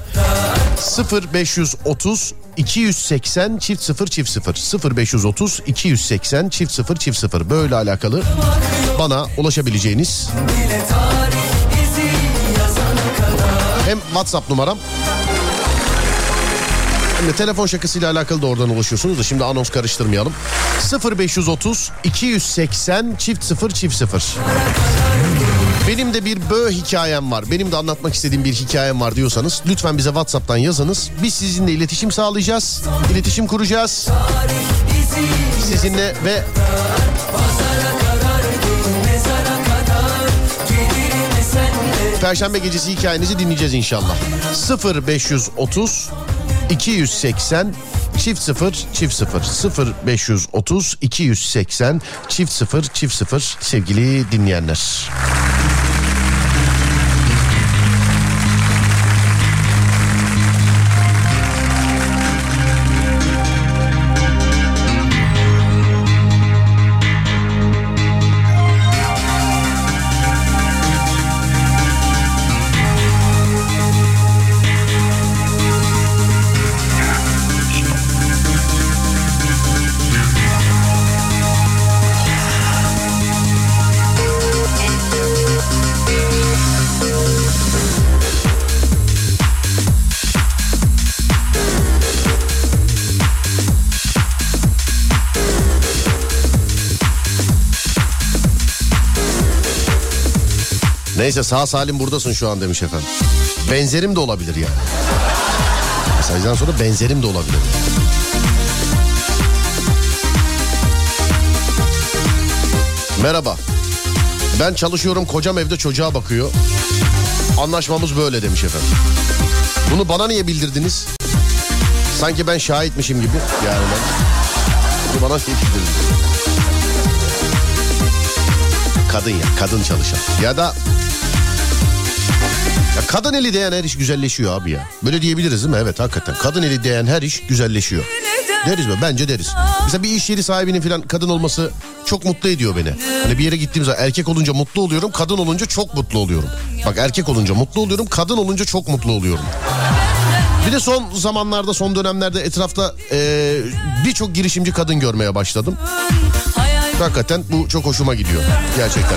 0530 280 çift 0 çift 0 0530 280 çift 0 çift 0 böyle alakalı bana ulaşabileceğiniz hem WhatsApp numaram hem de telefon şakasıyla alakalı da oradan ulaşıyorsunuz da şimdi anons karıştırmayalım. 0530 280 çift 0 çift 0. Benim de bir Böğ hikayem var, benim de anlatmak istediğim bir hikayem var diyorsanız lütfen bize WhatsApp'tan yazınız. Biz sizinle iletişim sağlayacağız, iletişim kuracağız sizinle ve Perşembe gecesi hikayenizi dinleyeceğiz inşallah. 0530 280 çift 0 çift 0 0530 280 çift 0 çift 0 sevgili dinleyenler. Neyse sağ salim buradasın şu an demiş efendim. Benzerim de olabilir yani. Mesajdan sonra benzerim de olabilir. Merhaba. Ben çalışıyorum, kocam evde çocuğa bakıyor. Anlaşmamız böyle demiş efendim. Bunu bana niye bildirdiniz? Sanki ben şahitmişim gibi. Yani bunu bana niye bildirdiniz? Kadın ya, kadın çalışan. Ya da ya kadın eli değen her iş güzelleşiyor abi ya. Böyle diyebiliriz değil mi? Evet hakikaten. Kadın eli değen her iş güzelleşiyor. Deriz mi? Bence deriz. Mesela bir iş yeri sahibinin falan kadın olması çok mutlu ediyor beni. Hani bir yere gittiğim zaman erkek olunca mutlu oluyorum, kadın olunca çok mutlu oluyorum. Bak erkek olunca mutlu oluyorum, kadın olunca çok mutlu oluyorum. Bir de son zamanlarda, son dönemlerde etrafta birçok girişimci kadın görmeye başladım. Hakikaten bu çok hoşuma gidiyor gerçekten.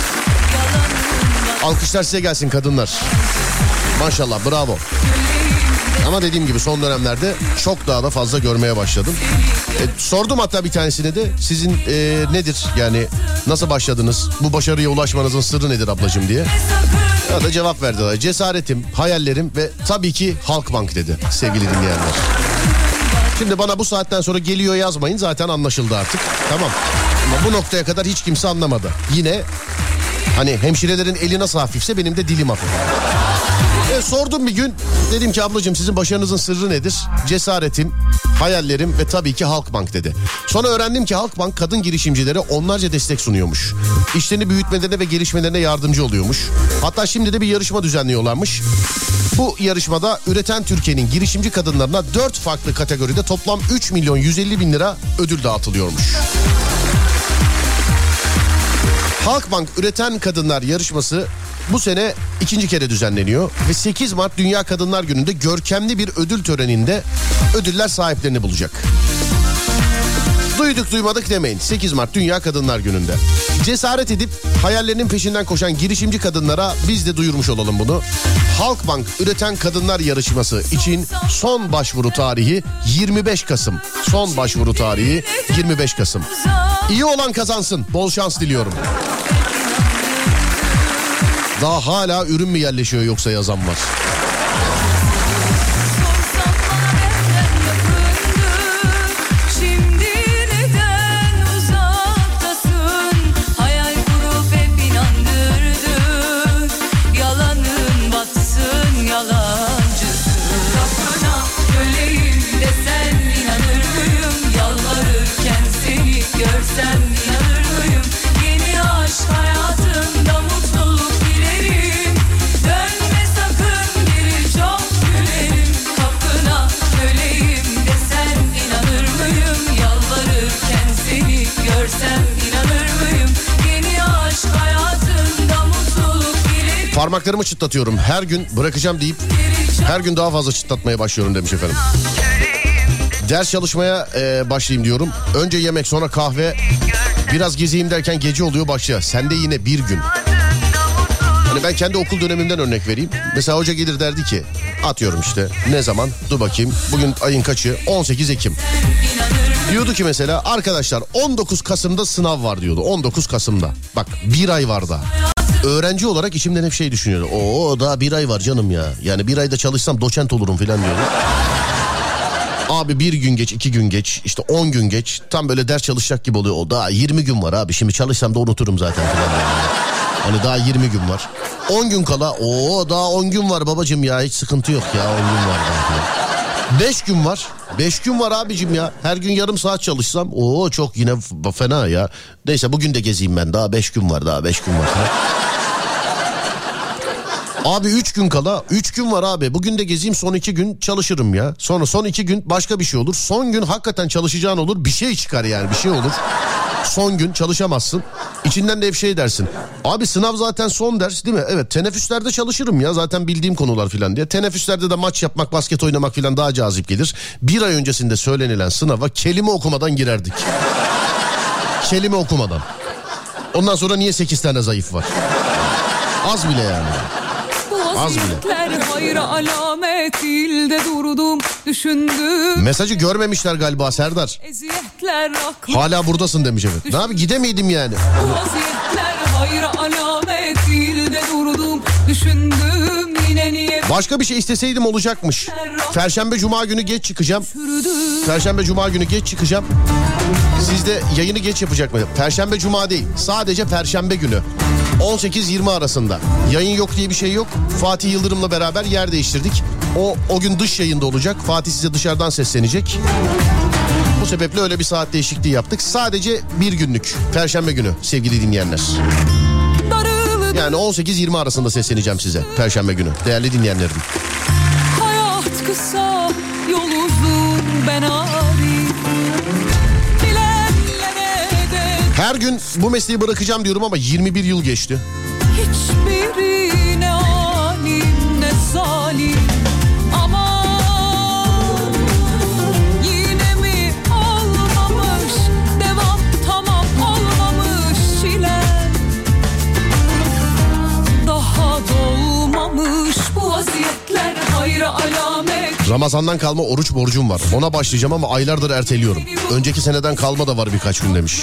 Alkışlar size gelsin kadınlar. Maşallah, bravo. Ama dediğim gibi son dönemlerde çok daha da fazla görmeye başladım. Sordum hatta bir tanesine de sizin nedir yani nasıl başladınız? Bu başarıya ulaşmanızın sırrı nedir ablacığım diye. Ya da cevap verdiler. Cesaretim, hayallerim ve tabii ki Halkbank dedi sevgili dinleyenler. Şimdi bana bu saatten sonra geliyor yazmayın, zaten anlaşıldı artık. Tamam. Ama bu noktaya kadar hiç kimse anlamadı. Yine hani hemşirelerin eli nasıl hafifse benim de dilim hafif. Sordum bir gün, dedim ki ablacığım sizin başarınızın sırrı nedir? Cesaretim, hayallerim ve tabii ki Halkbank dedi. Sonra öğrendim ki Halkbank kadın girişimcilere onlarca destek sunuyormuş. İşlerini büyütmelerine ve gelişmelerine yardımcı oluyormuş. Hatta şimdi de bir yarışma düzenliyorlarmış. Bu yarışmada Üreten Türkiye'nin girişimci kadınlarına 4 farklı kategoride toplam 3.150.000 lira ödül dağıtılıyormuş. Halkbank Üreten Kadınlar yarışması bu sene 2. kere düzenleniyor ve 8 Mart Dünya Kadınlar Günü'nde görkemli bir ödül töreninde ödüller sahiplerini bulacak. Duyduk duymadık demeyin. 8 Mart Dünya Kadınlar Günü'nde. Cesaret edip hayallerinin peşinden koşan girişimci kadınlara biz de duyurmuş olalım bunu. Halkbank Üreten Kadınlar yarışması için son başvuru tarihi 25 Kasım. Son başvuru tarihi 25 Kasım. İyi olan kazansın. Bol şans diliyorum. Daha hala ürün mü yerleşiyor yoksa yazan var. Parmaklarımı çıtlatıyorum. Her gün bırakacağım deyip her gün daha fazla çıtlatmaya başlıyorum demiş efendim. Ders çalışmaya başlayayım diyorum. Önce yemek, sonra kahve. Biraz gezeyim derken gece oluyor, başlıyor. Sende yine bir gün. Hani ben kendi okul dönemimden örnek vereyim. Mesela hoca gelir derdi ki, atıyorum işte ne zaman? Dur bakayım, bugün ayın kaçı? 18 Ekim. Diyordu ki mesela arkadaşlar 19 Kasım'da sınav var diyordu. 19 Kasım'da. Bak bir ay var da. Öğrenci olarak içimden hep şey düşünüyordu. Oo daha bir ay var canım ya. Yani bir ayda çalışsam doçent olurum falan diyordu. Abi bir gün geç, 2 gün geç, işte 10 gün geç. Tam böyle ders çalışacak gibi oluyor. O daha 20 gün var abi. Şimdi çalışsam da unuturum zaten falan. Hani daha 20 gün var. 10 gün kala. Oo daha 10 gün var babacığım ya. Hiç sıkıntı yok ya, 10 gün var daha. 5 gün var. 5 gün var abicim ya. Her gün yarım saat çalışsam. Oo çok yine fena ya. Neyse bugün de gezeyim ben. Daha 5 gün var, daha 5 gün var. Abi 3 gün kala. 3 gün var abi. Bugün de gezeyim, son 2 gün çalışırım ya. Sonra son 2 gün başka bir şey olur. Son gün hakikaten çalışacağın olur. Bir şey çıkar yani, bir şey olur. Son gün çalışamazsın. İçinden de hep şey dersin. Abi sınav zaten son ders değil mi? Evet, teneffüslerde çalışırım ya. Zaten bildiğim konular filan diye. Teneffüslerde de maç yapmak, basket oynamak filan daha cazip gelir. Bir ay öncesinde söylenilen sınava kelime okumadan girerdik. Kelime okumadan. Ondan sonra niye 8 tane zayıf var? Az bile yani. Az bile. Hayra alamet ilde durdum, düşündüm. Mesajı görmemişler galiba Serdar. Hala buradasın demiş efendim. Ne abi, gidemeydim yani. Bu vaziyetler hayra alamet ilde durdum, düşündüm yine niye. Başka bir şey isteseydim olacakmış. Perşembe cuma günü geç çıkacağım. Perşembe cuma günü geç çıkacağım. Siz de yayını geç yapacak mı? Perşembe cuma değil, sadece perşembe günü 18-20 arasında. Yayın yok diye bir şey yok. Fatih Yıldırım'la beraber yer değiştirdik. O gün dış yayında olacak. Fatih size dışarıdan seslenecek. Bu sebeple öyle bir saat değişikliği yaptık. Sadece bir günlük perşembe günü sevgili dinleyenler. Yani 18-20 arasında sesleneceğim size perşembe günü değerli dinleyenlerim. Hayat kısa, yol uzun, ben arif. Her gün bu mesleği bırakacağım diyorum ama 21 yıl geçti. Hiçbiri ne alim ne zalim, ama yine mi olmamış, devam tamam olmamış çile. Daha dolmamış bu vaziyetler hayra alamet. Ramazan'dan kalma oruç borcum var. Ona başlayacağım ama aylardır erteliyorum. Önceki seneden kalma da var birkaç gün demiş.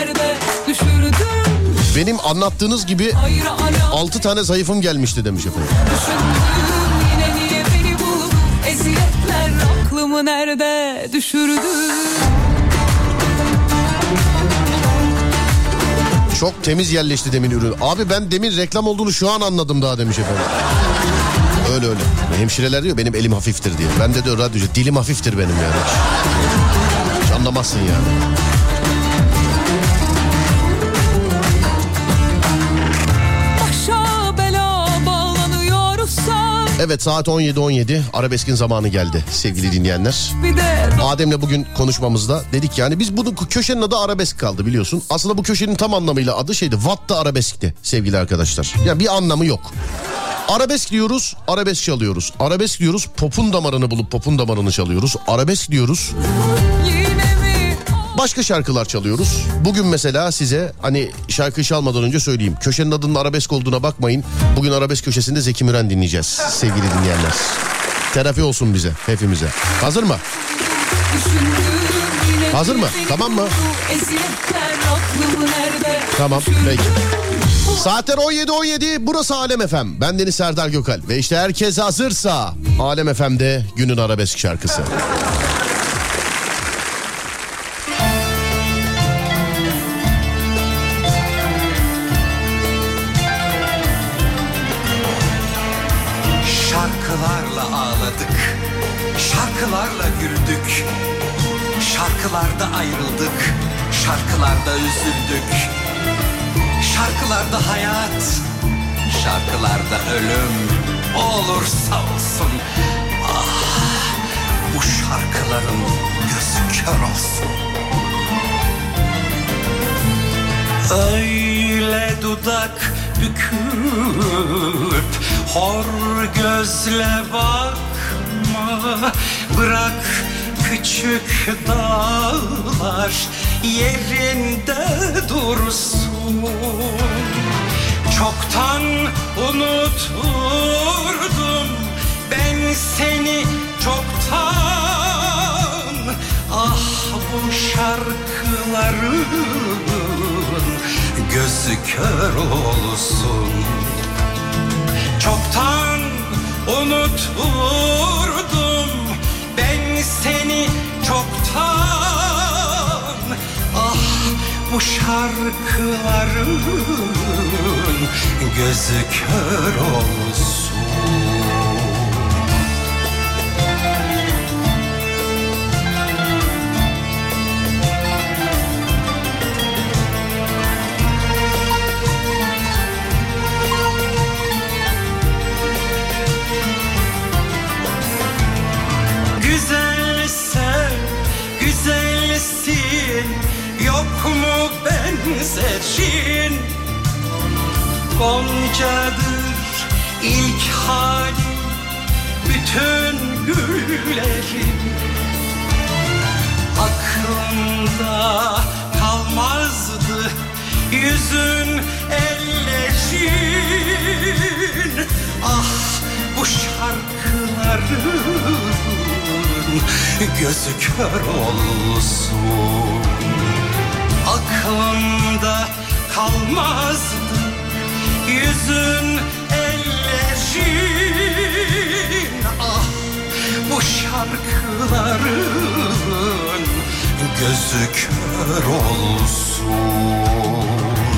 Benim anlattığınız gibi 6 tane zayıfım gelmişti demiş efendim. Yine niye beni buldun? Eziyetler aklımı nerede düşürdü? Çok temiz yerleşti demin ürün. Abi ben demin reklam olduğunu şu an anladım daha demiş efendim. Öyle. Hemşireler diyor benim elim hafiftir diye. Ben de diyor radyocu dilim hafiftir benim yani. Hiç anlamazsın yani. Evet saat 17:17 Arabesk'in zamanı geldi sevgili dinleyenler. Adem'le bugün konuşmamızda dedik yani biz bunu köşenin adı Arabesk kaldı biliyorsun. Aslında bu köşenin tam anlamıyla adı şeydi, Watt'ta Arabesk'ti sevgili arkadaşlar. Ya bir anlamı yok. Arabesk diyoruz, arabesk çalıyoruz. Arabesk diyoruz, popun damarını bulup popun damarını çalıyoruz. Arabesk diyoruz, başka şarkılar çalıyoruz. Bugün mesela size hani şarkıyı çalmadan önce söyleyeyim. Köşenin adının arabesk olduğuna bakmayın. Bugün arabesk köşesinde Zeki Müren dinleyeceğiz sevgili dinleyenler. Terapi olsun bize, hepimize. Hazır mı? Hazır mı? Tamam mı? Tamam, peki. Saatler 17.17, burası Alem FM. Ben Deniz Serdar Gökalp ve işte herkes hazırsa Alem FM'de günün arabesk şarkısı. Şarkılarla ağladık, şarkılarla güldük, şarkılarda ayrıldık, şarkılarda üzüldük. Şarkılarda hayat, şarkılarda ölüm olursa olsun. Ah, bu şarkıların gözü kör olsun. Öyle dudak büküp hor gözle bakma. Bırak küçük dağlar yerinde dursun. Çoktan unuturdum ben seni çoktan. Ah, bu şarkıların gözü kör olsun. Çoktan unuturdum ben seni çoktan. Ah, bu şarkıların gözü kör olsun. Güzelse güzelsin, yok mu benzerin? Goncadır ilk hali, bütün güllerin. Aklımda kalmazdı yüzün, ellerin. Ah, bu şarkıların gözü kör olsun. Aklımda kalmazdı yüzün, ellerin. Ah, bu şarkıların gözü kör olsun.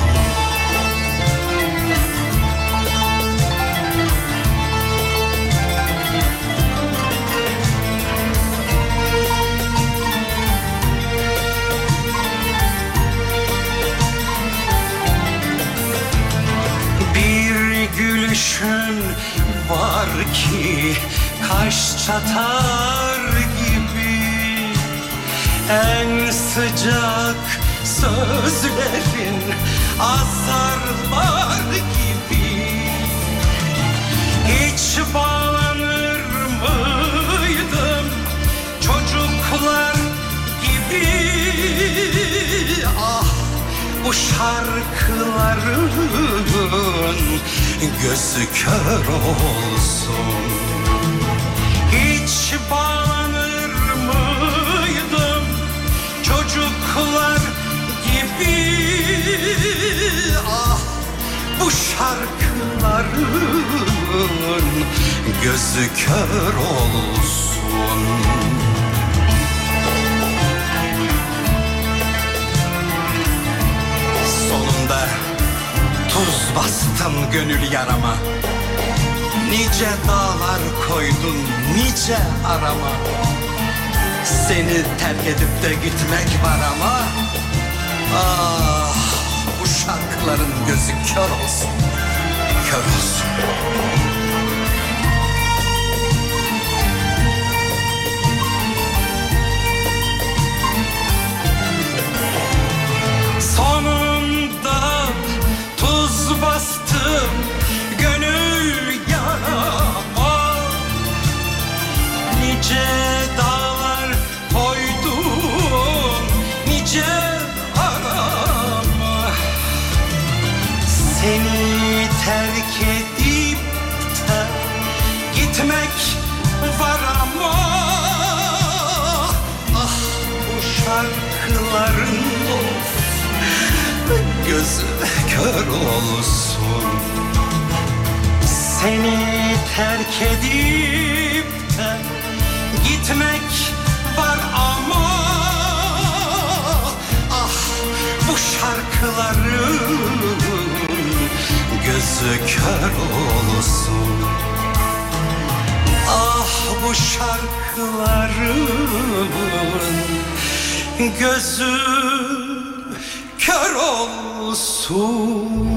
Gülüşün var ki kaş çatar gibi, en sıcak sözlerin azarlar gibi. Hiç bağlanır mıydım çocuklar gibi? Ah, bu şarkıların gözü kör olsun. Hiç bağlanır mıydım çocuklar gibi? Ah, bu şarkıların gözü kör olsun. Sonunda tuz bastın gönül yarama. Nice dağlar koydun nice arama. Seni terk edip de gitmek var ama. Ah, bu şarkıların gözü kör olsun. Kör olsun. Sonunda tuz bastım gönül yarama. Nice dağlar koydum nice arama. Seni terk edip de gitmek var ama. Ah, bu şarkıların gözü kör olsun. Seni terk edip de gitmek var ama ah bu şarkıların gözü kör olsun. Ah bu şarkıların gözü kör olsun.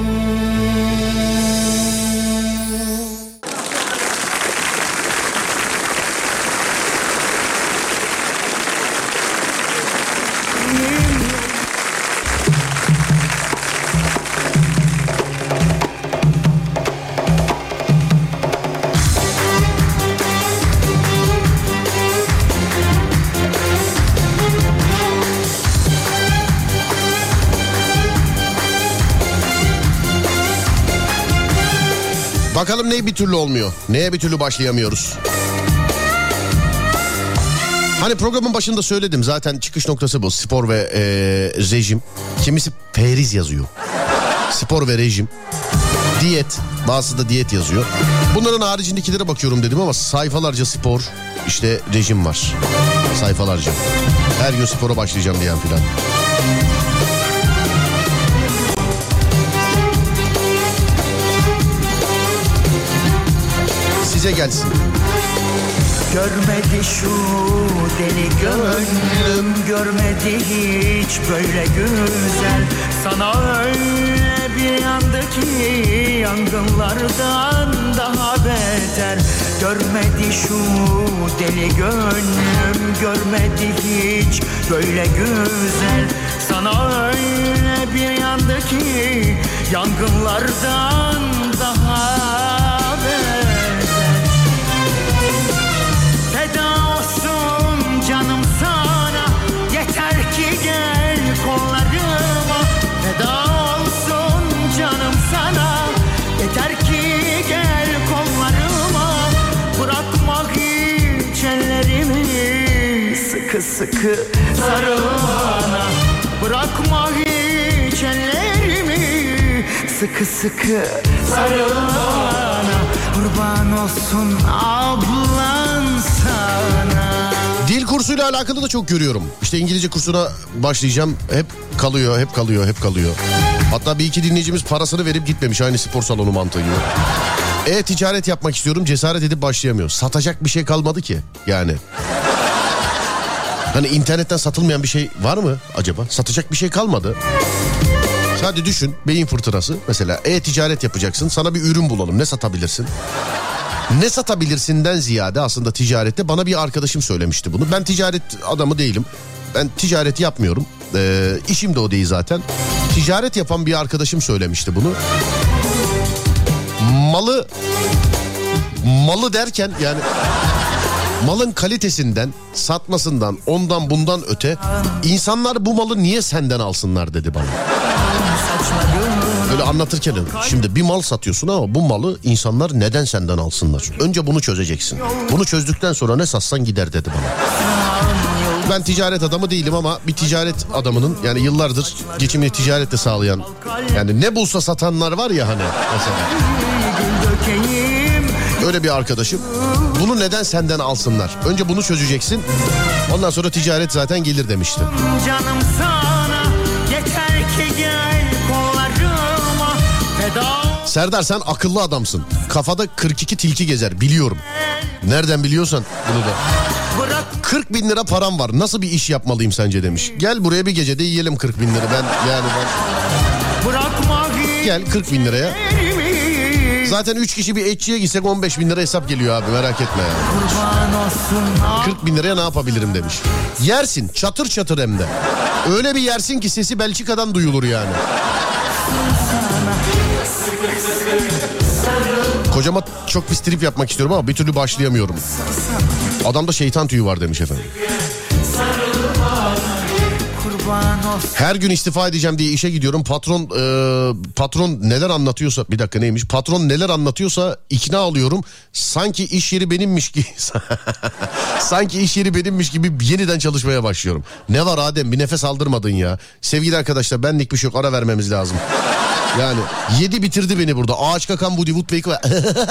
Bakalım neye bir türlü olmuyor? Neye bir türlü başlayamıyoruz? Hani programın başında söyledim zaten, çıkış noktası bu. Spor ve rejim. Kimisi periz yazıyor. Spor ve rejim. Diyet. Bazısı da diyet yazıyor. Bunların haricindekilere bakıyorum dedim ama sayfalarca spor, işte rejim var. Sayfalarca. Her gün spora başlayacağım diyen filan. Size gelsin. Görmedi şu deli gönlüm, görmedi hiç böyle güzel. Sana öyle bir yandı ki yangınlardan daha beter. Görmedi şu deli gönlüm, görmedi hiç böyle güzel. Sana öyle bir yandı ki yangınlardan daha beter. Feda olsun canım sana, yeter ki gel kollarıma. Feda olsun canım sana, yeter ki gel kollarıma. Bırakma hiç ellerimi, sıkı sıkı sarıl bana. Bırakma hiç ellerimi, sıkı sıkı sarıl bana. Kurban olsun ablan sana. Dil kursuyla alakalı da çok görüyorum. İşte İngilizce kursuna başlayacağım. Hep kalıyor, hep kalıyor, hep kalıyor. Hatta bir iki dinleyicimiz parasını verip gitmemiş, aynı spor salonu mantığı gibi. Ticaret yapmak istiyorum, cesaret edip başlayamıyor. Satacak bir şey kalmadı ki yani. Hani internetten satılmayan bir şey var mı acaba? Satacak bir şey kalmadı. Hadi düşün, beyin fırtınası. Mesela ticaret yapacaksın, sana bir ürün bulalım, ne satabilirsin? Ne satabilirsinden ziyade aslında ticarette bana bir arkadaşım söylemişti bunu. Ben ticaret adamı değilim. Ben ticaret yapmıyorum. İşim de o değil zaten. Ticaret yapan bir arkadaşım söylemişti bunu. Malı derken yani malın kalitesinden, satmasından, ondan bundan öte insanlar bu malı niye senden alsınlar dedi bana. Böyle anlatırken şimdi bir mal satıyorsun ama bu malı insanlar neden senden alsınlar? Önce bunu çözeceksin. Bunu çözdükten sonra ne satsan gider dedi bana. Ben ticaret adamı değilim ama bir ticaret adamının, yani yıllardır geçimini ticaretle sağlayan, yani ne bulsa satanlar var ya hani mesela. Öyle bir arkadaşım. Bunu neden senden alsınlar? Önce bunu çözeceksin. Ondan sonra ticaret zaten gelir demişti. Canım sana, yeter ki gel kollarıma. Serdar sen akıllı adamsın. Kafada 42 tilki gezer biliyorum. Nereden biliyorsan bunu da. 40 bin lira param var. Nasıl bir iş yapmalıyım sence demiş. Gel buraya bir gecede yiyelim 40 bin lira. Ben gel 40 bin liraya. Zaten 3 kişi bir etçiye gitsek 15 bin lira hesap geliyor abi, merak etme ya. 40 bin liraya ne yapabilirim demiş. Yersin çatır çatır hem de. Öyle bir yersin ki sesi Belçika'dan duyulur yani. Kocama çok bir strip yapmak istiyorum ama bir türlü başlayamıyorum. Adamda şeytan tüyü var demiş efendim. Her gün istifa edeceğim diye işe gidiyorum. Patron neler anlatıyorsa, bir dakika neymiş? Patron neler anlatıyorsa ikna oluyorum. Sanki iş yeri benimmiş gibi. Sanki iş yeri benimmiş gibi yeniden çalışmaya başlıyorum. Ne var Adem, bir nefes aldırmadın ya. Sevgili arkadaşlar, benlik bir şey yok, ara vermemiz lazım. Yani yedi bitirdi beni burada. Ağaç kakan Woody Woodpecker ve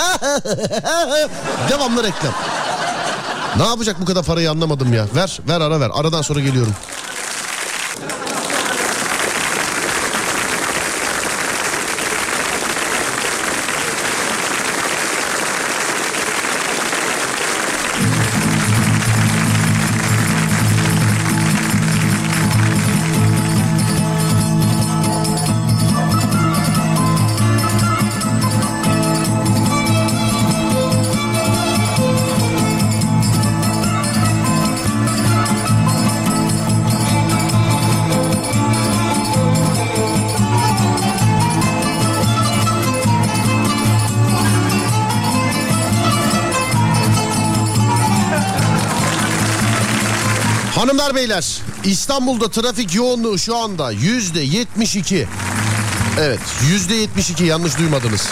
devamlı reklam. Ne yapacak bu kadar parayı anlamadım ya. Ver ara ver. Aradan sonra geliyorum. Hanımlar beyler, İstanbul'da trafik yoğunluğu şu anda %72. Evet, %72, yanlış duymadınız.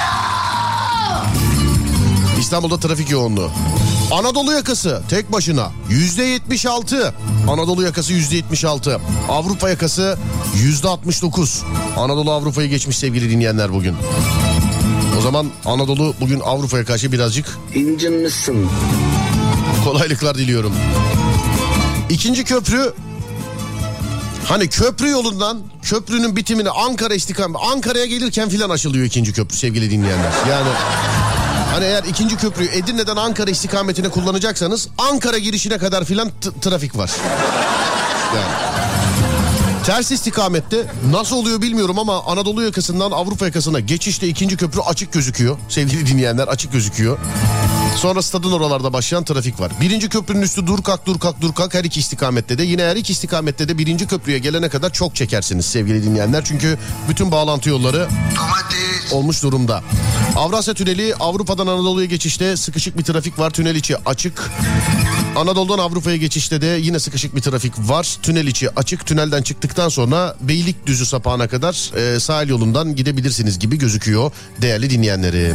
İstanbul'da trafik yoğunluğu. Anadolu yakası tek başına %76. Anadolu yakası %76. Avrupa yakası %69. Anadolu Avrupa'yı geçmiş sevgili dinleyenler bugün. O zaman Anadolu bugün Avrupa'ya karşı birazcık incinmişsin. Kolaylıklar diliyorum. İkinci köprü, hani köprü yolundan köprünün bitimine Ankara istikamet, Ankara'ya gelirken filan açılıyor ikinci köprü sevgili dinleyenler. Yani hani eğer ikinci köprüyü Edirne'den Ankara istikametine kullanacaksanız Ankara girişine kadar filan trafik var. Yani ters istikamette nasıl oluyor bilmiyorum ama Anadolu yakasından Avrupa yakasına geçişte ikinci köprü açık gözüküyor. Sevgili dinleyenler, açık gözüküyor. Sonra stadın oralarda başlayan trafik var. Birinci köprünün üstü dur kalk her iki istikamette de. Yine her iki istikamette de birinci köprüye gelene kadar çok çekersiniz sevgili dinleyenler. Çünkü bütün bağlantı yolları olmuş durumda. Avrasya Tüneli, Avrupa'dan Anadolu'ya geçişte sıkışık bir trafik var. Tünel içi açık. Anadolu'dan Avrupa'ya geçişte de yine sıkışık bir trafik var. Tünel içi açık. Tünelden çıktıktan sonra Beylikdüzü sapağına kadar sahil yolundan gidebilirsiniz gibi gözüküyor değerli dinleyenlerim.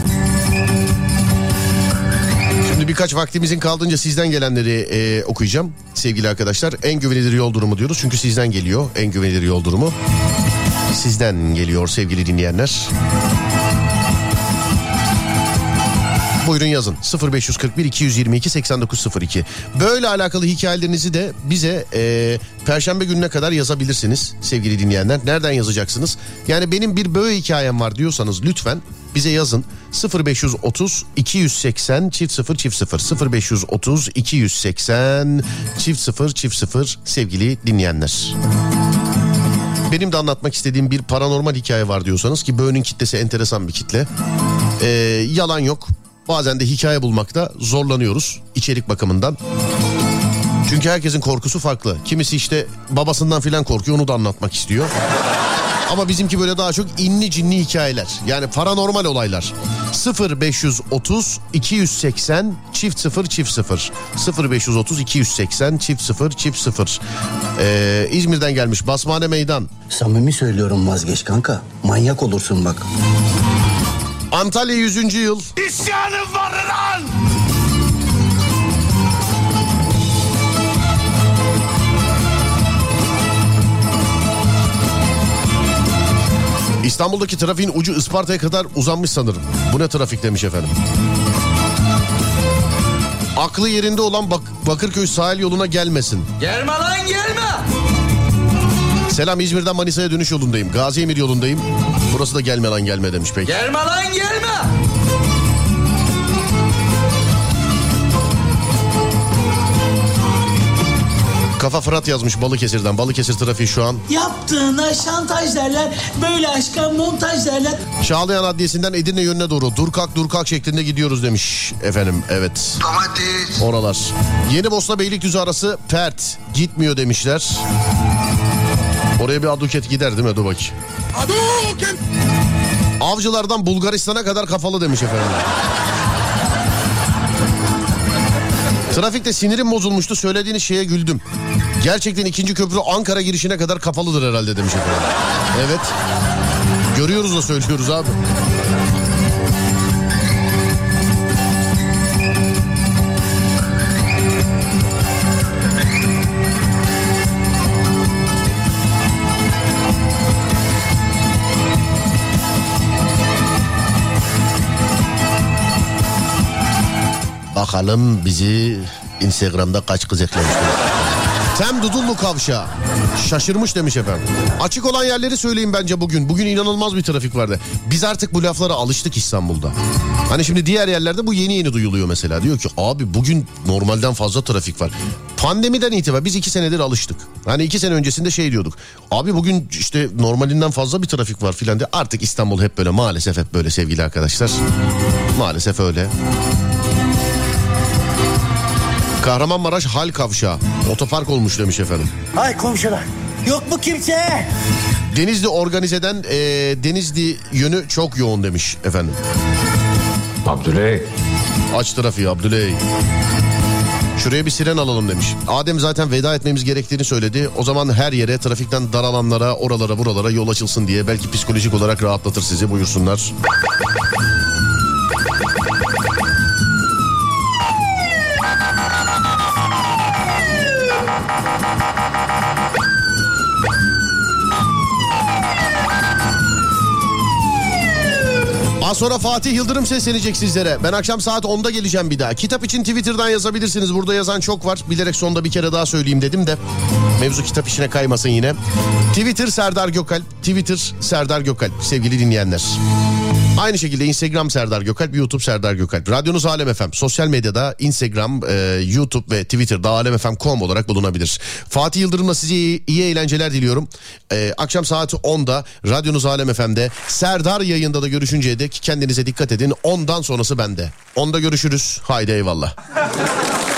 Şimdi birkaç vaktimizin kaldığınca sizden gelenleri okuyacağım sevgili arkadaşlar. En güvenilir yol durumu diyoruz çünkü sizden geliyor en güvenilir yol durumu. Sizden geliyor sevgili dinleyenler. Buyurun yazın 0541 222 8902. Böyle alakalı hikayelerinizi de bize Perşembe gününe kadar yazabilirsiniz sevgili dinleyenler. Nereden yazacaksınız? Yani benim bir böyle hikayem var diyorsanız lütfen bize yazın. 0530 280 00 0530 280 00 sevgili dinleyenler. Benim de anlatmak istediğim bir paranormal hikaye var diyorsanız ki Böğün'ün kitlesi enteresan bir kitle. Yalan yok. Bazen de hikaye bulmakta zorlanıyoruz içerik bakımından. Çünkü herkesin korkusu farklı. Kimisi işte babasından filan korkuyor, onu da anlatmak istiyor. Ama bizimki böyle daha çok inli cinli hikayeler. Yani paranormal olaylar. 0530 280 00 0530 280 00. İzmir'den gelmiş Basmane Meydan. Samimi söylüyorum, vazgeç kanka. Manyak olursun bak. Antalya 100. yıl. İsyanım var lan! İstanbul'daki trafiğin ucu Isparta'ya kadar uzanmış sanırım. Bu ne trafik demiş efendim. Aklı yerinde olan Bakırköy sahil yoluna gelmesin. Gelme lan gelme! Selam, İzmir'den Manisa'ya dönüş yolundayım. Gaziemir yolundayım. Burası da gelme lan gelme demiş peki. Gelme lan gelme! Kafa Fırat yazmış Balıkesir'den. Balıkesir trafiği şu an. Yaptığına şantaj derler, böyle aşka montaj derler. Çağlayan Adliyesi'nden Edirne yönüne doğru dur kalk şeklinde gidiyoruz demiş efendim. Evet. Domates. Oralar. Yenibosna Beylikdüzü arası pert gitmiyor demişler. Oraya bir aduket gider değil mi? Dur bakayım. Aduket. Avcılardan Bulgaristan'a kadar kafalı demiş efendim. Trafikte sinirim bozulmuştu, söylediğiniz şeye güldüm. Gerçekten ikinci köprü Ankara girişine kadar kapalıdır herhalde demiş efendim. Evet. Görüyoruz da söylüyoruz abi. Bakalım bizi Instagram'da kaç kız eklemiş. Tem Dudullu kavşağı. Şaşırmış demiş efendim. Açık olan yerleri söyleyeyim bence bugün. Bugün inanılmaz bir trafik vardı. Biz artık bu laflara alıştık İstanbul'da. Hani şimdi diğer yerlerde bu yeni duyuluyor mesela. Diyor ki abi bugün normalden fazla trafik var. Pandemiden itibaren biz 2 senedir alıştık. Hani 2 sene öncesinde şey diyorduk. Abi bugün işte normalinden fazla bir trafik var filan diye. Artık İstanbul hep böyle, maalesef hep böyle sevgili arkadaşlar. Maalesef öyle. Kahramanmaraş Hal Kavşağı. Otopark olmuş demiş efendim. Ay komşular, yok mu kimse? Denizli organizeden Denizli yönü çok yoğun demiş efendim. Abdüley. Aç trafiği Abdüley. Şuraya bir siren alalım demiş. Adem zaten veda etmemiz gerektiğini söyledi. O zaman her yere, trafikten dar alanlara, oralara buralara yol açılsın diye, belki psikolojik olarak rahatlatır sizi. Buyursunlar. Az sonra Fatih Yıldırım seslenecek sizlere. Ben akşam saat 10'da geleceğim bir daha. Kitap için Twitter'dan yazabilirsiniz. Burada yazan çok var. Bilerek sonda bir kere daha söyleyeyim dedim de mevzu kitap işine kaymasın yine. Twitter Serdar Gökalp. Twitter Serdar Gökalp sevgili dinleyenler. Aynı şekilde Instagram Serdar Gökalp, YouTube Serdar Gökalp. Radyonuz Alem FM. Sosyal medyada Instagram, YouTube ve Twitter'da alemfm.com olarak bulunabilir. Fatih Yıldırım'la size iyi eğlenceler diliyorum. Akşam saat 10'da Radyonuz Alem FM'de Serdar yayında da görüşünceye dek kendinize dikkat edin. 10'dan sonrası bende. 10'da görüşürüz. Haydi eyvallah.